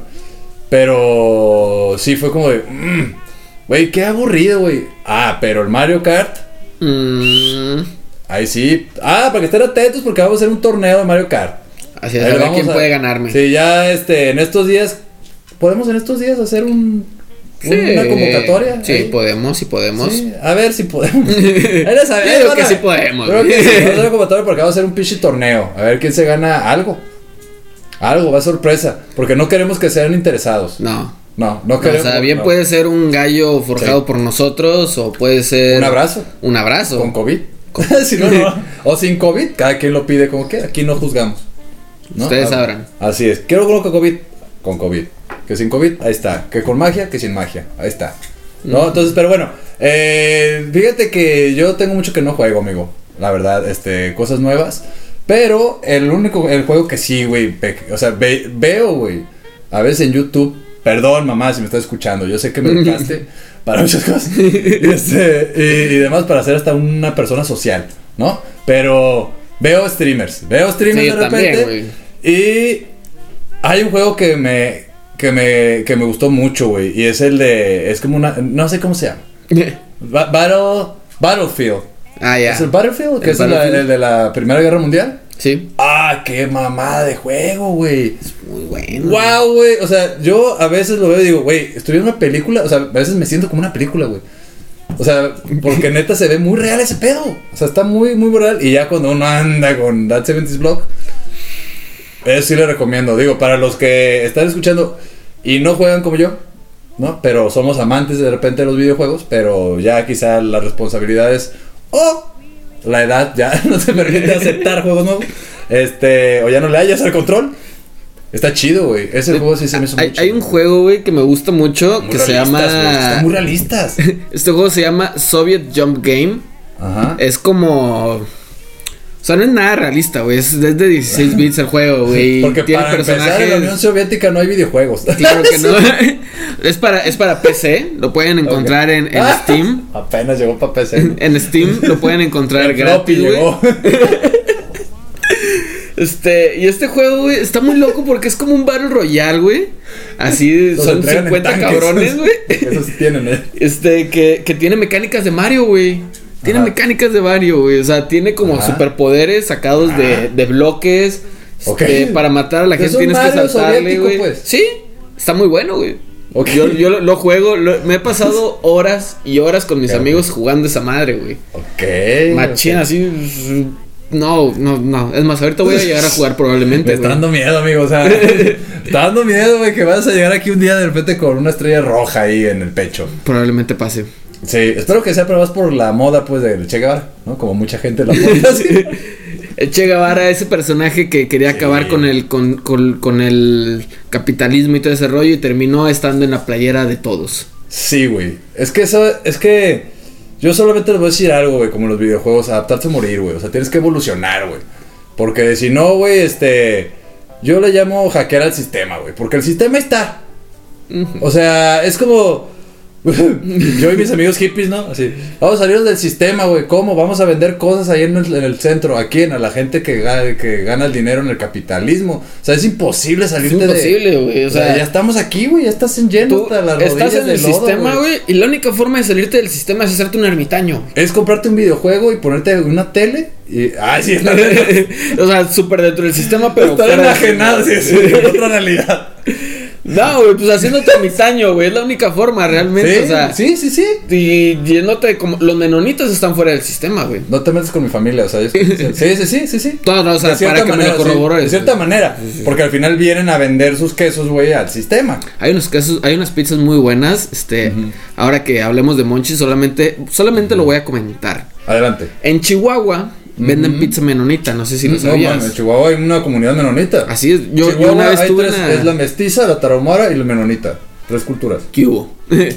Pero sí fue como de, güey, qué aburrido, güey. Ah, pero el Mario Kart, ahí sí. Ah, para que estén atentos porque vamos a hacer un torneo de Mario Kart.
Así es,
Ahí
a ver
vamos
quién puede ganarme.
Sí, ya en estos días, ¿podemos en estos días hacer una convocatoria?
Sí,
ahí?
podemos.
Sí, a ver si podemos. Ahí les
Yo creo que sí podemos.
Creo que sí, vamos a hacer una convocatoria porque vamos a hacer un pinche torneo. A ver quién se gana algo. Algo, va a sorpresa. Porque no queremos que sean interesados.
No.
No
O
queremos.
sea, bien
no.
puede ser un gallo forjado
Sí.
por nosotros o puede ser
Un abrazo.
Un abrazo.
Con COVID. Si no. O sin COVID, cada quien lo pide como quiera. Aquí no juzgamos. ¿no?
Ustedes sabrán.
Así es. Quiero uno con COVID. Con COVID. que sin COVID, ahí está. Que con magia, que sin magia, ahí está. ¿No? Entonces, pero bueno, fíjate que yo tengo mucho que no juego, amigo. La verdad, cosas nuevas. Pero el juego que sí, güey, o sea, veo, güey, a veces en YouTube, perdón mamá si me estás escuchando, yo sé que me educaste para muchas cosas, y demás para ser hasta una persona social, ¿no? Pero veo streamers
Sí,
de repente,
también, güey.
y hay un juego que me gustó mucho, güey, y es es como no sé cómo se llama, Battlefield.
Ah, ya.
¿Es el Battlefield? ¿Que
El
es
Battlefield.
el de la Primera Guerra Mundial?
Sí.
Ah, qué mamada de juego, güey.
Muy bueno.
Wow, güey. O sea, yo a veces lo veo y digo, güey, estoy viendo una película. O sea, a veces me siento como una película, güey. O sea, porque neta se ve muy real ese pedo. O sea, está muy, muy real. Y ya cuando uno anda con That 70's Block, eso sí le recomiendo. Digo, para los que están escuchando y no juegan como yo, ¿no? Pero somos amantes de repente de los videojuegos, pero ya quizá las responsabilidades la edad ya no te permite aceptar juegos nuevos. O ya no le hayas al control. Está chido, güey. Ese juego sí se me hizo muy chido.
Hay un juego, güey, que me gusta mucho
Muy
que se
realistas, güey,
llama.
están muy realistas.
Este juego se llama Soviet Jump Game.
Ajá.
Es como. O sea, no es nada realista, güey. Es de 16 bits el juego, güey.
Porque
Tiene
para empezar, en
personajes.
la Unión Soviética no hay videojuegos.
Claro que no. es para PC. Lo pueden encontrar en Steam.
Apenas llegó para PC.
En Steam lo pueden encontrar
El floppy
gratis, güey.
llegó.
Y este juego, güey, está muy loco porque es como un Battle Royale, güey. Así
Los
son
entregan en
50
tanques.
cabrones, güey.
Eso sí tienen,
Que tiene mecánicas de Mario, güey. Tiene
Ajá.
mecánicas de Mario, güey. O sea, tiene como
Ajá.
superpoderes sacados de bloques.
Ok.
Para matar a la
Es
gente
un
tienes que
Mario
saltarle,
soviético,
güey.
pues.
Sí, está muy bueno, güey.
Ok.
Yo lo juego, me he pasado horas y horas con mis
Ok.
amigos jugando esa madre, güey.
Ok.
Machín, así. No. Es más, ahorita voy a llegar a jugar probablemente.
Me está
güey.
dando miedo, amigo. O sea, está dando miedo, güey, que vas a llegar aquí un día de repente con una estrella roja ahí en el pecho.
Probablemente pase.
Sí, espero que sea, pero más por la moda, pues, del Che Guevara, ¿no? Como mucha gente la moda así.
Che Guevara, ese personaje que quería acabar con el capitalismo y todo ese rollo y terminó estando en la playera de todos.
Sí, güey. Es que yo solamente les voy a decir algo, güey, como en los videojuegos, adaptarse o morir, güey. O sea, tienes que evolucionar, güey. Porque si no, güey, yo le llamo hackear al sistema, güey. Porque el sistema está. O sea, es como yo y mis amigos hippies, ¿no? Así, vamos a salir del sistema, güey. ¿Cómo? Vamos a vender cosas ahí en el centro. ¿A quién? A la gente que gana el dinero en el capitalismo. O sea, es imposible salirte
Es imposible, güey.
O sea, ya estamos aquí, güey. Ya estás en lleno
Tú
hasta las rodillas
estás en
de
el
lodo,
sistema, güey, y la única forma de salirte del sistema es hacerte un ermitaño.
Es comprarte un videojuego y ponerte una tele y... ¡Ay, sí!
O sea, súper dentro del sistema, pero
Estar
fuera del
enajenado, sí,
sistema.
sí, en otra realidad.
No, güey, pues haciéndote ermitaño, güey. Es la única forma, realmente.
Sí,
O sea,
sí.
y yéndote como. Los menonitas están fuera del sistema, güey.
No te metes con mi familia, o sea, sí.
No, o sea,
De cierta
para que me lo
manera,
corrobores.
de cierta manera, porque al final vienen a vender sus quesos, güey, al sistema.
Hay unas pizzas muy buenas. Ahora que hablemos de Monchis, solamente lo voy a comentar.
Adelante.
En Chihuahua venden pizza menonita, no sé si lo
No,
sabías.
mano, en Chihuahua hay una comunidad menonita.
Así es, yo
Chihuahua
una vez
hay
tuve
tres, es la mestiza, la tarahumara y la menonita. 3 culturas.
¿Qué hubo?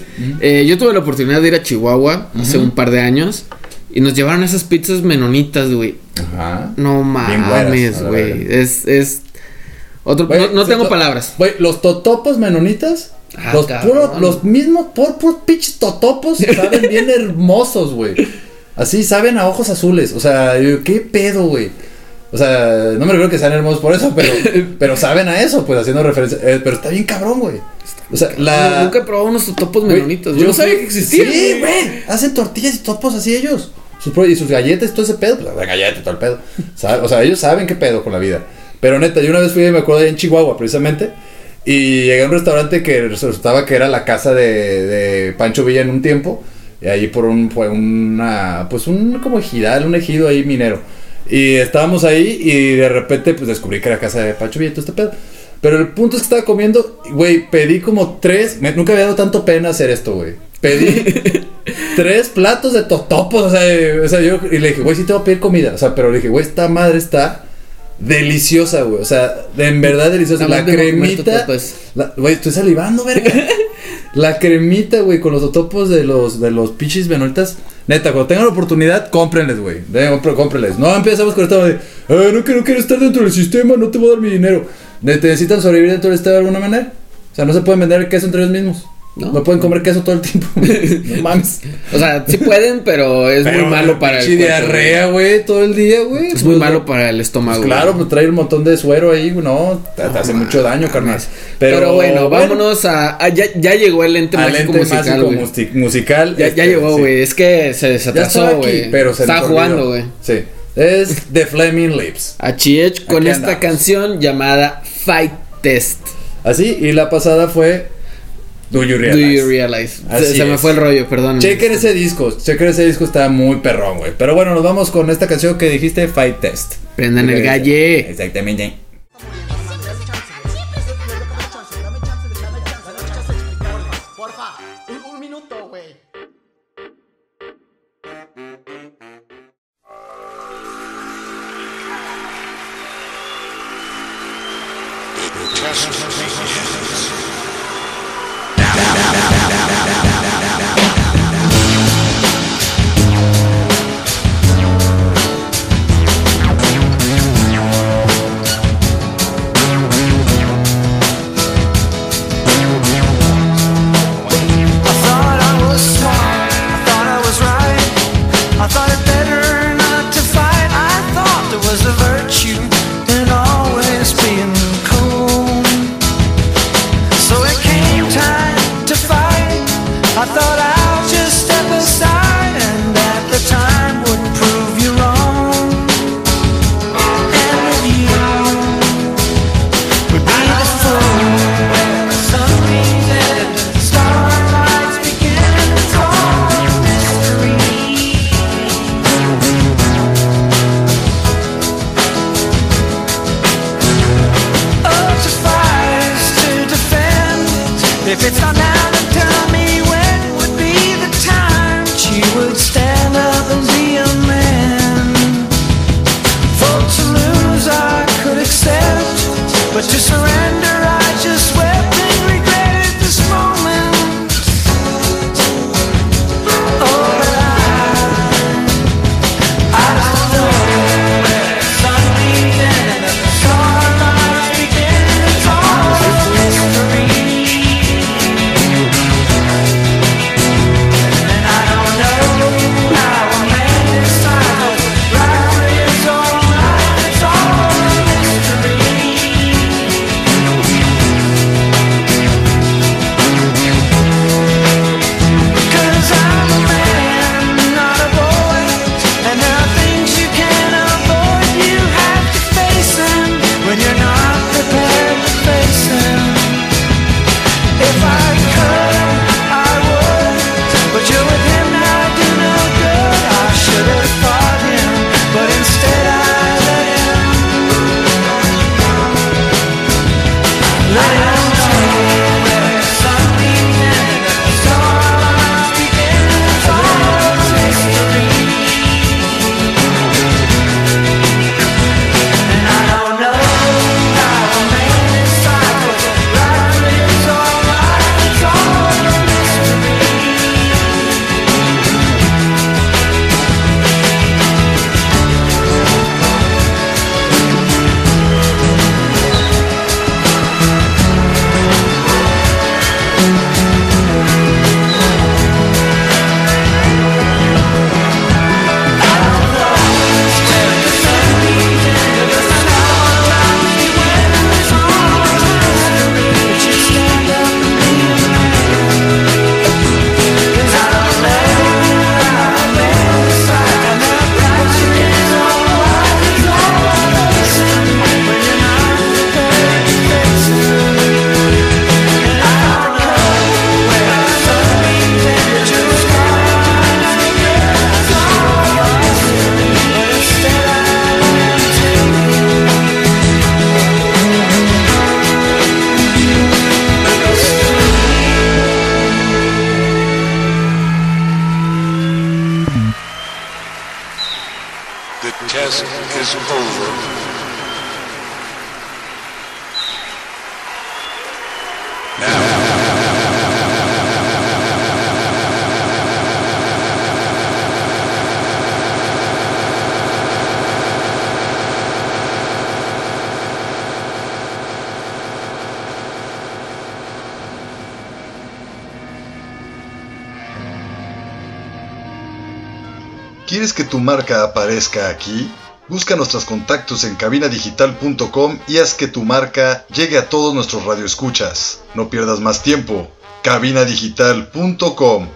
Yo tuve la oportunidad de ir a Chihuahua hace un par de años y nos llevaron esas pizzas menonitas, güey.
Ajá.
No
Bien
mames,
buenas, a la
güey.
verga.
Es otro.
Güey,
No tengo palabras.
Güey, los totopos menonitas.
Cabrón.
Los mismos por pinches totopos saben bien hermosos, güey. Así saben a ojos azules. O sea, ¿qué pedo, güey? O sea, no me refiero que sean hermosos por eso, pero saben a eso, pues haciendo referencia. Pero está bien cabrón, güey. O sea,
Nunca he probado unos totopos
güey,
menonitos. Yo no sabía que existían.
Sí, güey. Hacen tortillas y totopos así ellos. Y sus galletas y todo ese pedo. Pues la galleta y todo el pedo. O sea, ellos saben qué pedo con la vida. Pero neta, yo una vez fui, me acuerdo, allá en Chihuahua, precisamente. Y llegué a un restaurante que resultaba que era la casa de Pancho Villa en un tiempo. Y ahí por un como ejidal, un ejido ahí minero. Y estábamos ahí y de repente pues descubrí que era casa de Pancho Villa y todo este pedo. Pero el punto es que estaba comiendo, güey, pedí como 3, nunca había dado tanto pena hacer esto, güey. Pedí 3 platos de totopos, o sea, yo y le dije, güey, sí te voy a pedir comida, o sea, pero le dije, güey, esta madre está deliciosa, güey. O sea, en verdad deliciosa. La cremita. Güey, estoy salivando, verga. La cremita, güey, con los totopos de los pinches venolitas. Neta, cuando tengan la oportunidad, cómprenles, güey. Cómprenles. No empezamos con esta de, no quiero estar dentro del sistema, no te voy a dar mi dinero. Necesitan sobrevivir dentro del sistema de alguna manera. O sea, no se pueden vender el queso entre ellos mismos. No pueden comer queso todo el tiempo. No mames.
O sea, sí pueden, pero es muy malo para el cuerpo.
Diarrea, güey, todo el día, güey.
Es muy malo para el estómago.
Pues claro, pues trae un montón de suero ahí, güey. No, te hace mucho daño, carnal.
Pero bueno, vámonos a ya llegó el ente mágico musical. Ya llegó, güey. Es que se desatrasó, güey.
Pero se
estaba jugando, güey.
Sí. Es The Flaming Lips.
A Chiech con esta canción llamada Fight Test.
Así, y la pasada fue Do You Realize.
Se me fue el rollo, perdón.
Chequen ese disco, está muy perrón, güey. Pero bueno, nos vamos con esta canción que dijiste, Fight Test.
Prendan el galle.
Exactamente.
Porfa, un minuto, güey.
I thought it better not to fight. I thought there was a virtue in always being cool. So it came time to fight. I thought I'll just step aside, and that the time would prove you wrong. And that you would be the fool when the sun beams and the starlights begin. It's all a mystery. If it's not now, then tell me when would be the time she would stand up and be a man. For to lose I could accept, but to surrender I just wept and regretted this moment. Oh, but I don't know where the sun beams and the starlight begin. It's all a mystery.
¿Quieres que tu marca aparezca aquí? Busca nuestros contactos en cabinadigital.com y haz que tu marca llegue a todos nuestros radioescuchas. No pierdas más tiempo. cabinadigital.com.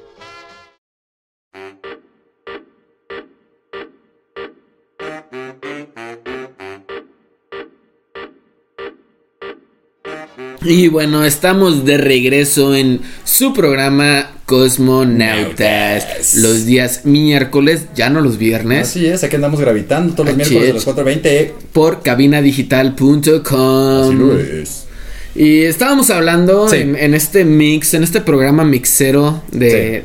Y bueno, estamos de regreso en su programa Cosmonautas. Los días miércoles, ya no los viernes.
Así es, aquí andamos gravitando todos los
Así
miércoles
es.
a las 4:20.
Por cabinadigital.com.
Así lo es.
Y estábamos hablando
Sí.
en este mix, en este programa mixero de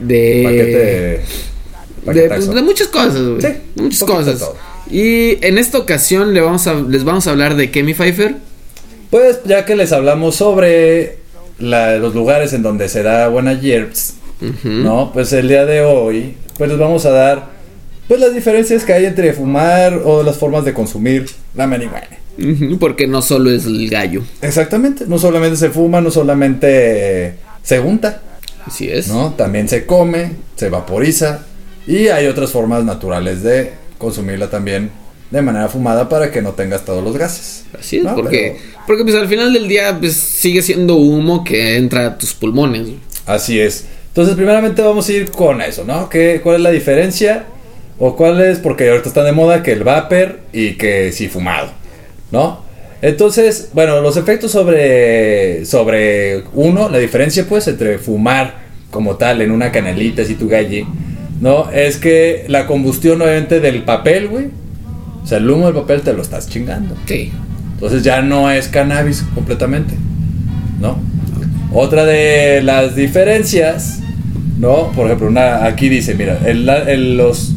Paquetazo.
de muchas cosas, güey.
Sí,
Muchas
un poquito de
cosas.
todo.
Y en esta ocasión les vamos a hablar de Kemi Pfeiffer.
Pues ya que les hablamos sobre los lugares en donde se da buena yerbs, ¿no? Pues el día de hoy, pues les vamos a dar pues las diferencias que hay entre fumar o las formas de consumir la marihuana.
Porque no solo es el gallo.
Exactamente, no solamente se fuma, no solamente se unta,
Así es.
¿no? También se come, se vaporiza y hay otras formas naturales de consumirla también de manera fumada para que no tengas todos los gases.
Así es,
¿no?
porque pues al final del día pues sigue siendo humo que entra a tus pulmones.
Así es. Entonces, primeramente vamos a ir con eso, ¿no? ¿Cuál es la diferencia? O cuál es, porque ahorita está de moda que el vapor y que si fumado, ¿no? Entonces, bueno, los efectos sobre uno, la diferencia pues entre fumar como tal en una canalita, si tu galle, ¿no? Es que la combustión obviamente del papel, güey, o sea, el humo del papel te lo estás chingando.
Sí.
Entonces ya no es cannabis completamente, ¿no? Otra de las diferencias, ¿no? Por ejemplo, aquí dice, mira, los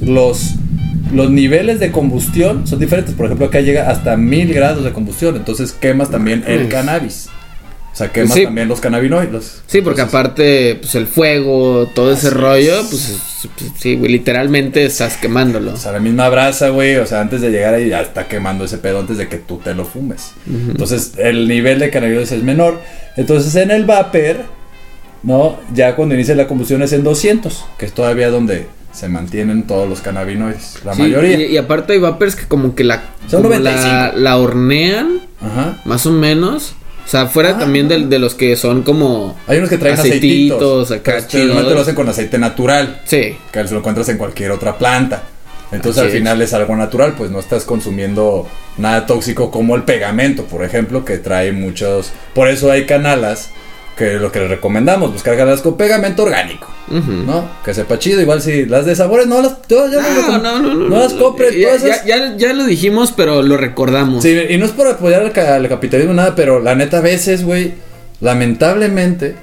niveles de combustión son diferentes. Por ejemplo, acá llega hasta 1000 grados de combustión. Entonces quemas también el cannabis. O sea, quemas también los cannabinoides.
Sí, porque aparte, pues el fuego, todo ese rollo, pues sí, güey, literalmente estás quemándolo.
O sea, la misma brasa, güey, o sea, antes de llegar ahí ya está quemando ese pedo antes de que tú te lo fumes. Entonces, el nivel de cannabinoides es menor. Entonces, en el vapor, ¿no? Ya cuando inicia la combustión es en 200, que es todavía donde se mantienen todos los cannabinoides, la mayoría.
Y aparte hay vapors que como que
Son
como
95.
la hornean,
Ajá.
más o menos. O sea, fuera también de los que son como
Hay unos que traen aceititos
acá
pero normalmente
chidos.
lo hacen con aceite natural,
Sí.
que lo encuentras en cualquier otra planta. Entonces
Así
al final es algo natural, pues no estás consumiendo nada tóxico como el pegamento, por ejemplo, que trae muchos. Por eso hay canalas que lo que les recomendamos, buscar canalas con pegamento orgánico, ¿no? Que sepa chido. Igual si las de sabores no las no las compres. Todas esas.
Ya lo dijimos, pero lo recordamos.
Sí, y no es por apoyar al capitalismo nada, pero la neta a veces, güey, lamentablemente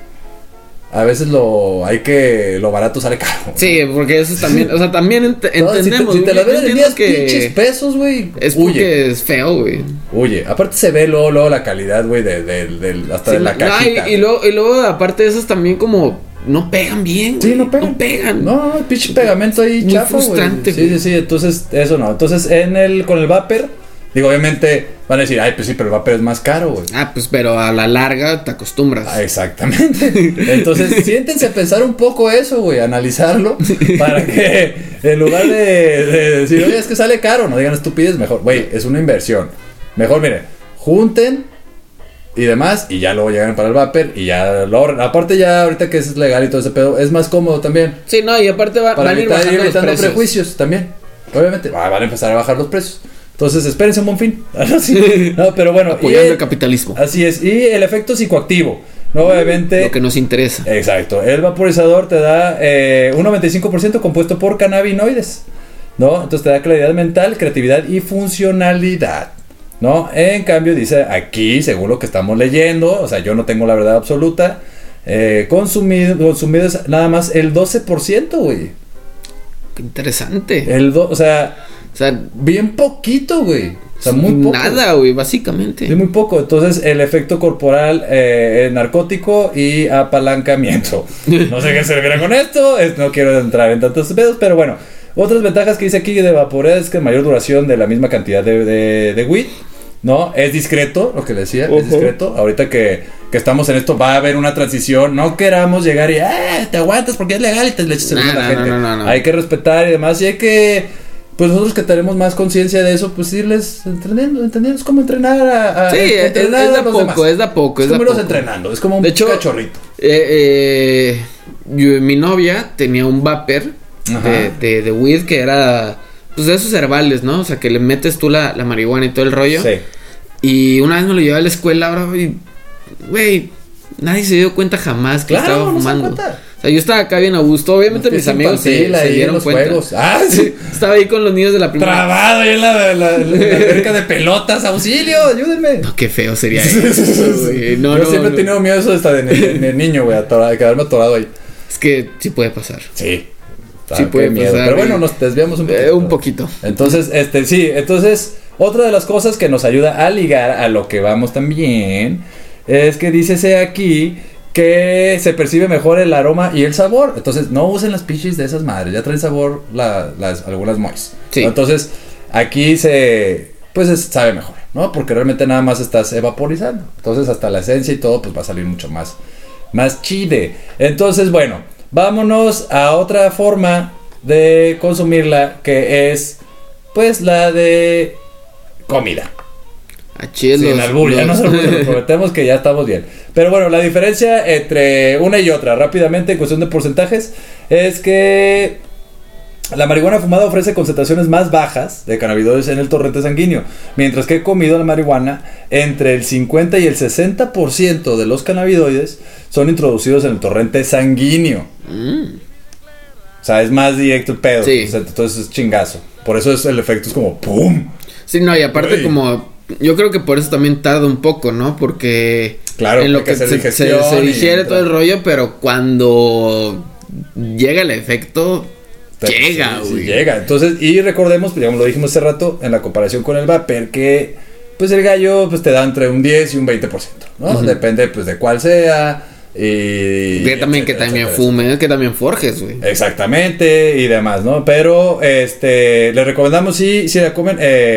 a veces lo barato sale caro.
Sí, porque eso también, o sea, también entendemos.
Si te la
yo
ven en
entiendo
10 pinches pesos, güey,
es porque es feo, güey.
Oye, aparte se ve luego la calidad, güey, hasta
Sí,
de la cajita.
y luego, aparte de esos también como no pegan bien.
Sí,
güey,
no pegan. No, el pinche pegamento ahí
Muy
chafa, güey.
frustrante,
Sí,
güey.
sí, entonces eso no. Entonces con el vapor, digo, obviamente van a decir, ay, pues sí, pero el vapor es más caro, güey.
Ah, pues pero a la larga te acostumbras.
Ah, exactamente. Entonces, siéntense a pensar un poco eso, güey, analizarlo, para que en lugar de decir, oye, es que sale caro, no digan estupidez, mejor, güey, es una inversión. Mejor, miren, junten y demás, y ya luego llegan para el vapor, y ya lo ahorran. Aparte ya, ahorita que es legal y todo ese pedo, es más cómodo también.
Sí, no, y aparte van a ir bajando los
evitando
precios.
prejuicios también. Obviamente, van a empezar a bajar los precios. Entonces, espérense un buen fin. Sí. No, pero bueno.
Apoyando el capitalismo.
Así es. Y el efecto psicoactivo. ¿No? Obviamente.
Lo que nos interesa.
Exacto. El vaporizador te da un 95% compuesto por cannabinoides. ¿No? Entonces te da claridad mental, creatividad y funcionalidad. ¿No? En cambio, dice aquí, según lo que estamos leyendo, o sea, yo no tengo la verdad absoluta, consumido es nada más el 12%, güey.
Qué interesante.
O sea, bien poquito, güey. O sea, muy poco.
Nada, güey, básicamente.
Sí, muy poco. Entonces, el efecto corporal narcótico y apalancamiento. No sé qué se refiere con esto. No quiero entrar en tantos pedos, pero bueno. Otras ventajas que dice aquí de vaporear es que mayor duración de la misma cantidad de weed. ¿no? Es discreto, lo que le decía, es discreto. Ahorita que estamos en esto va a haber una transición. No queramos llegar y, te aguantas porque es legal y te le echas a la gente.
No.
Hay que respetar y demás. Y hay que, pues nosotros que tenemos más conciencia de eso, pues irles entendiendo cómo entrenar a
Sí,
entrenar
es de
a los
poco,
demás.
es de poco.
Es como irlos entrenando, es como un
de hecho,
cachorrito.
Mi novia tenía un vapor de weed que era, pues de esos herbales, ¿no? O sea, que le metes tú la marihuana y todo el rollo.
Sí.
Y una vez me lo llevé a la escuela, bro, y, güey, nadie se dio cuenta jamás que estaba fumando.
No se dan cuenta.
O sea, yo estaba acá bien a gusto. Obviamente mis amigos se dieron cuenta.
Juegos. Ah, sí.
Estaba ahí con los niños de la primera.
Trabado ahí en la alberca de pelotas. ¡Auxilio! ¡Ayúdenme!
No, qué feo sería eso, güey.
Yo siempre he tenido miedo de eso hasta de niño, güey, de quedarme atorado ahí.
Es que sí puede pasar.
Sí.
Sí puede
miedo.
pasar.
Pero bueno, nos desviamos un poquito.
Un poquito.
Entonces, entonces, otra de las cosas que nos ayuda a ligar a lo que vamos también es que dícese aquí que se percibe mejor el aroma y el sabor. Entonces, no usen las pichis de esas madres, ya traen sabor algunas mois.
Sí.
Entonces, aquí sabe mejor, ¿no? Porque realmente nada más estás evaporizando. Entonces, hasta la esencia y todo, pues va a salir mucho más chide. Entonces, bueno, vámonos a otra forma de consumirla, que es, pues, la de comida. Sin albur, ya nos prometemos que ya estamos bien. Pero bueno, la diferencia entre una y otra, rápidamente, en cuestión de porcentajes, es que la marihuana fumada ofrece concentraciones más bajas de cannabinoides en el torrente sanguíneo, mientras que comido la marihuana, entre el 50 y el 60% de los cannabinoides son introducidos en el torrente sanguíneo. O sea, es más directo el pedo.
Sí.
O sea, entonces es chingazo. Por eso el efecto es como ¡pum!
Sí, no, y aparte
Uy.
como... Yo creo que por eso también tarda un poco, ¿no? Porque...
Claro,
en lo
hay
que
hacer
se
digestión
digiere
y
todo el rollo, pero cuando llega el efecto... Llega,
sí,
güey.
llega. Entonces, y recordemos, digamos, lo dijimos hace rato, en la comparación con el vapor, que pues el gallo pues te da entre un 10 y un 20%, ¿no? Depende pues de cuál sea. Y
también que también fume, que también forjes, güey.
Exactamente, y demás, ¿no? Pero les recomendamos si la comen,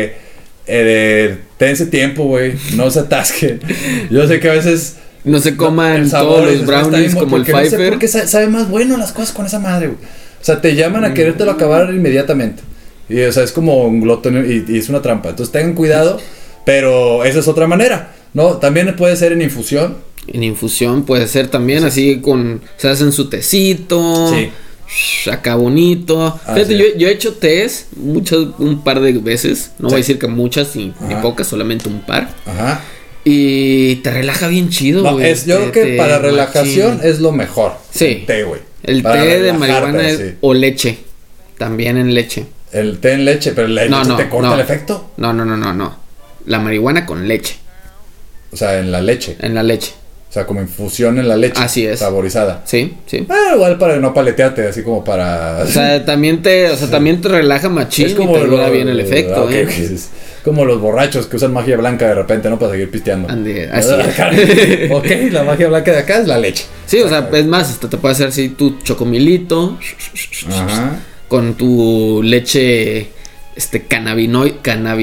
dense tiempo, güey. No se atasquen. Yo sé que a veces
no se coman
el sabor,
todos los brownies como el
Pfeiffer. No sé por qué sabe más bueno las cosas con esa madre, güey. O sea, te llaman a querértelo acabar inmediatamente. Y o sea, es como un glotón y es una trampa. Entonces tengan cuidado, pero esa es otra manera, ¿no? También puede ser en infusión.
En infusión puede ser también, así con... Se hacen su tecito.
Sí.
Acá bonito. Fíjate, yo he hecho tés un par de veces. No voy a decir que muchas ni pocas, solamente un par.
Ajá.
Y te relaja bien chido,
No,
güey.
yo creo que para relajación es lo mejor.
Sí.
El té, güey.
El
Para
té de
relajarte,
marihuana
sí.
o leche. También en leche.
El té en leche, pero la leche te corta el efecto.
No. La marihuana con leche.
O sea, en la leche.
En la leche.
O sea, como infusión en la leche.
Así es.
Saborizada.
Sí.
Igual para no paletearte, así como para...
O sea, también te relaja machín y te ayuda bien el efecto,
okay, es como los borrachos que usan magia blanca de repente, ¿no? Para seguir pisteando.
Así es.
Ok, la magia blanca de acá es la leche.
Sí, o sea, es más, hasta te puede hacer así tu chocomilito.
Ajá.
Con tu leche canábica.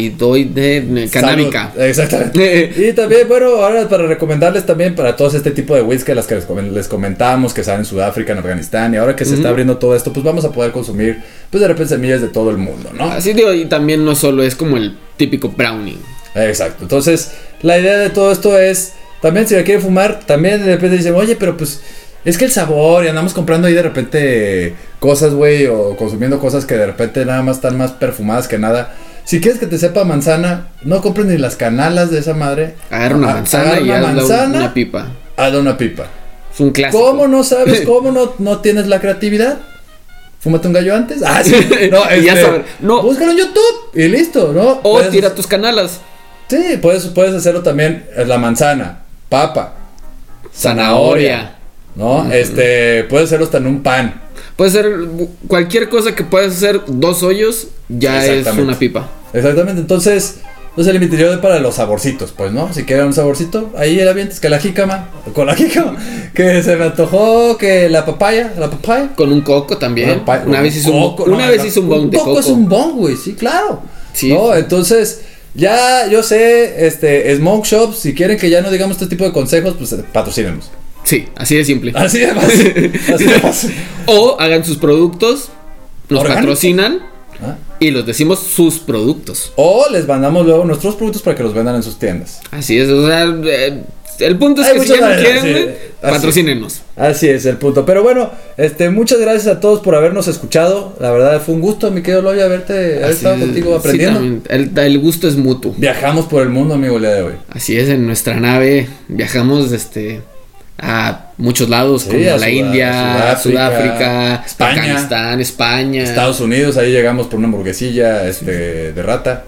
Salud. Exactamente. Y también, bueno, ahora para recomendarles también para todos este tipo de whisky, las que les comentamos, que salen en Sudáfrica, en Afganistán, y ahora que se está abriendo todo esto, pues vamos a poder consumir, pues de repente semillas de todo el mundo, ¿no?
Así digo, y también no solo es como el típico brownie.
Exacto. Entonces, la idea de todo esto es, también si la quieren fumar, también de repente dicen, oye, pero pues... Es que el sabor, y andamos comprando ahí de repente cosas, güey, o consumiendo cosas que de repente nada más están más perfumadas que nada. Si quieres que te sepa manzana, no compres ni las canalas de esa madre.
Agarra una manzana y hazle una pipa.
Hazle una pipa.
Es un clásico.
¿Cómo no sabes? ¿Cómo no tienes la creatividad? Fúmate un gallo antes. Ah, sí. No,
ya sabes. No.
Búscalo en YouTube y listo, ¿no?
O tira tus canalas.
Sí, puedes hacerlo también. La manzana, papa, zanahoria. ¿No? Puedes hacerlo hasta en un pan.
Puede ser cualquier cosa que puedas hacer 2 hoyos, ya es una pipa.
Exactamente, entonces no se limite yo para los saborcitos, pues, ¿no? Si quieren un saborcito, ahí el ambiente es que con la jícama, que se me antojó que la papaya.
Con un coco también. Una vez hizo un bong de coco.
Un coco es un bong, güey, sí, claro.
Sí.
¿No? Entonces, Ya, yo sé, Smoke Shops, si quieren que ya no digamos este tipo de consejos, pues patrocínenos.
Sí, así de simple.
Así de fácil. Así de fácil.
O hagan sus productos, nos
¿Orgánicos?
patrocinan
¿Ah?
y los decimos sus productos.
O les mandamos luego nuestros productos para que los vendan en sus tiendas.
Así es, o sea, el punto es
Hay
que si
muchas
ya no
maneras,
quieren,
sí.
güey,
Así.
patrocínenos.
Así es el punto. Pero bueno, muchas gracias a todos por habernos escuchado. La verdad fue un gusto, mi querido Loya, haber
Así
estado
es,
contigo
sí,
aprendiendo.
también, el gusto es mutuo.
Viajamos por el mundo, amigo, el día de hoy.
Así es, en nuestra nave viajamos a muchos lados,
Sí,
como
a
la India,
Sudáfrica, España.
Afganistán, España.
Estados Unidos, ahí llegamos por una hamburguesilla de rata.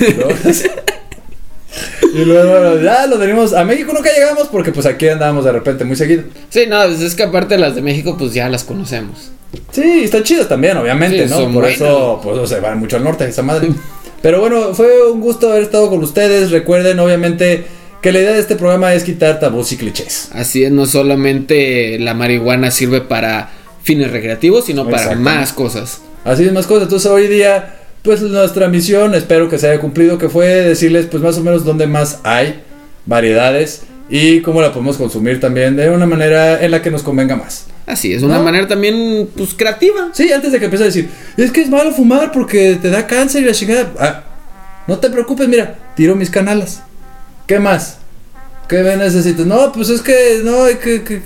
Y luego, bueno, ya lo venimos. A México nunca llegamos porque pues aquí andábamos de repente muy seguido.
Sí, no, pues es que aparte las de México pues ya las conocemos.
Sí, están chidas también, obviamente,
Sí,
¿no?
son
Por
buenas.
eso, pues se van mucho al norte, esa madre. Pero bueno, fue un gusto haber estado con ustedes. Recuerden, obviamente, que la idea de este programa es quitar tabús y clichés.
Así es, no solamente la marihuana sirve para fines recreativos, sino para
Exacto.
más cosas.
Así es, más cosas. Entonces hoy día, pues nuestra misión, espero que se haya cumplido, que fue decirles pues más o menos dónde más hay variedades y cómo la podemos consumir también de una manera en la que nos convenga más.
Así es, una
¿No?
manera también pues creativa.
Sí, antes de que empiece a decir, es que es malo fumar porque te da cáncer y la chingada. Ah, no te preocupes, mira, tiro mis canalas. ¿Qué más? ¿Qué necesitas? No, pues es que no, que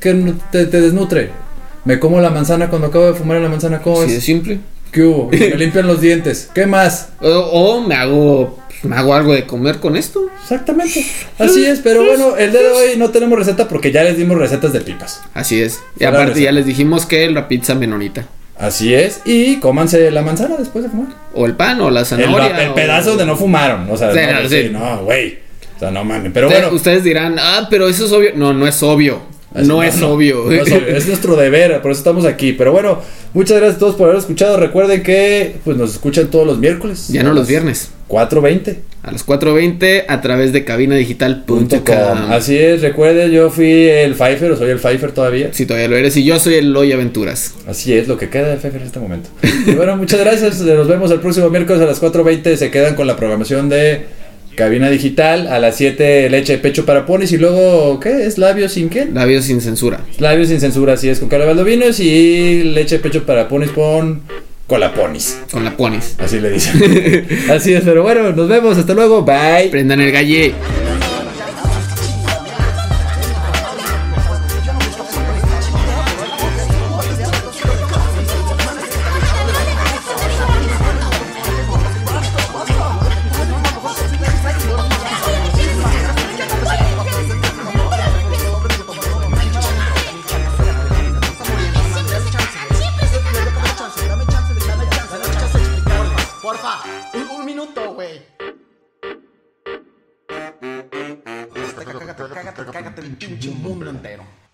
te desnutre. Me como la manzana cuando acabo de fumar la manzana, ¿cómo
Así de
es?
simple.
¿Qué hubo? Me limpian los dientes. ¿Qué más?
O me hago algo de comer con esto.
Exactamente. Así es, pero bueno, el día de hoy no tenemos receta porque ya les dimos recetas de pipas.
Así es. Y
Fue la
aparte ya
receta.
les dijimos que la pizza menonita.
Así es, y cómanse la manzana después de fumar.
O el pan o la
El
zanahoria. o-
pedazo donde no fumaron. O sea,
Sí,
no,
sí.
sí, no, güey. O sea, no mames. Pero
Ustedes-
bueno.
Ustedes dirán, pero eso es obvio. No, no es obvio. No es obvio.
No es obvio, es nuestro deber, por eso estamos aquí. Pero bueno, muchas gracias a todos por haber escuchado. Recuerden que pues nos escuchan todos los miércoles.
Ya no los viernes.
4:20.
A las 4:20 a través de cabinadigital.com.
Así es, recuerden, yo fui el Pfeiffer, o soy el Pfeiffer todavía.
Si todavía lo eres. Y yo soy el Loy Aventuras.
Así es, lo que queda de Pfeiffer en este momento. Y bueno, muchas gracias. Nos vemos el próximo miércoles a las 4:20. Se quedan con la programación de Cabina Digital. A las 7, leche de pecho para ponis. Y luego, ¿qué? ¿Es labios sin qué?
Labios sin censura.
Labios sin censura, así es, con Carlos Valdovinos. Y leche de pecho para ponis con la ponis.
Con la ponis.
Así le dicen. Así es, pero bueno, nos vemos. Hasta luego. Bye.
Prendan el galle.
Porfa, un minuto, güey. Cágate el pinche mundo entero.